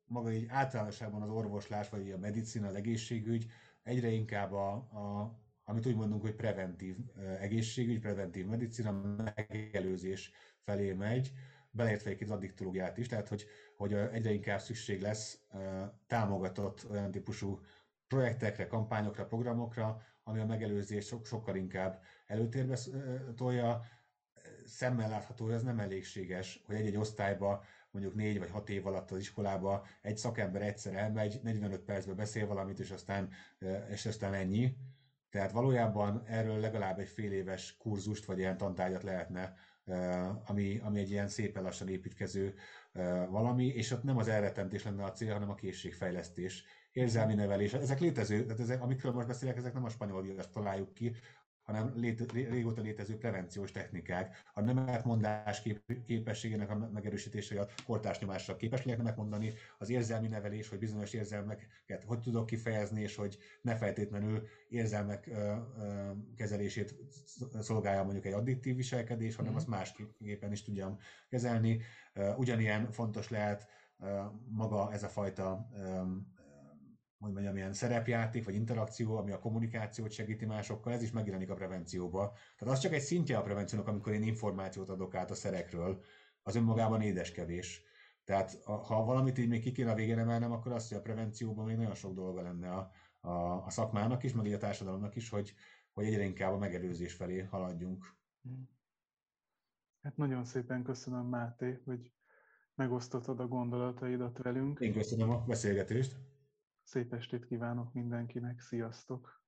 maga így általánosságban az orvoslás, vagy a medicina, az egészségügy egyre inkább a, a amit úgy mondunk, hogy preventív egészségügy, preventív medicina, megelőzés felé megy, beleértve egy az addiktológiát is, tehát hogy, hogy egyre inkább szükség lesz támogatott olyan típusú projektekre, kampányokra, programokra, ami a megelőzést so, sokkal inkább előtérbe tolja. Szemmel látható, hogy ez nem elégséges, hogy egy-egy osztályba mondjuk négy vagy hat év alatt az iskolába egy szakember egyszer elmegy, negyvenöt percben beszél valamit, és aztán, és aztán ennyi. Tehát valójában erről legalább egy fél éves kurzust vagy ilyen tantárgyat lehetne, ami, ami egy ilyen szépen lassan építkező valami, és ott nem az elrettentés lenne a cél, hanem a készségfejlesztés, érzelmi nevelés. Ezek létező, tehát ezek, amikről most beszélek, ezek nem a spanyol viaszt találjuk ki, hanem lét, régóta létező prevenciós technikák. A nemetmondás kép, képességének a megerősítése, a kortársnyomásra képes legyek nemet mondani, az érzelmi nevelés, hogy bizonyos érzelmeket hogy tudok kifejezni, és hogy ne feltétlenül érzelmek ö, ö, kezelését szolgálja mondjuk egy addiktív viselkedés, hanem azt másképpen is tudjam kezelni. Ugyanilyen fontos lehet maga ez a fajta hogy mondjam, ilyen szerepjáték vagy interakció, ami a kommunikációt segíti másokkal, ez is megjelenik a prevencióba. Tehát az csak egy szintje a prevenciónak, amikor én információt adok át a szerekről, az önmagában édeskevés. Tehát ha valamit így még ki kéne a végén emelnem, akkor azt, hogy a prevencióban még nagyon sok dolga lenne a, a, a szakmának is, meg a társadalomnak is, hogy, hogy egyre inkább a megelőzés felé haladjunk. Hát nagyon szépen köszönöm, Máté, hogy megosztottad a gondolataidat velünk. Én köszönöm a beszélgetést. Szép estét kívánok mindenkinek, sziasztok!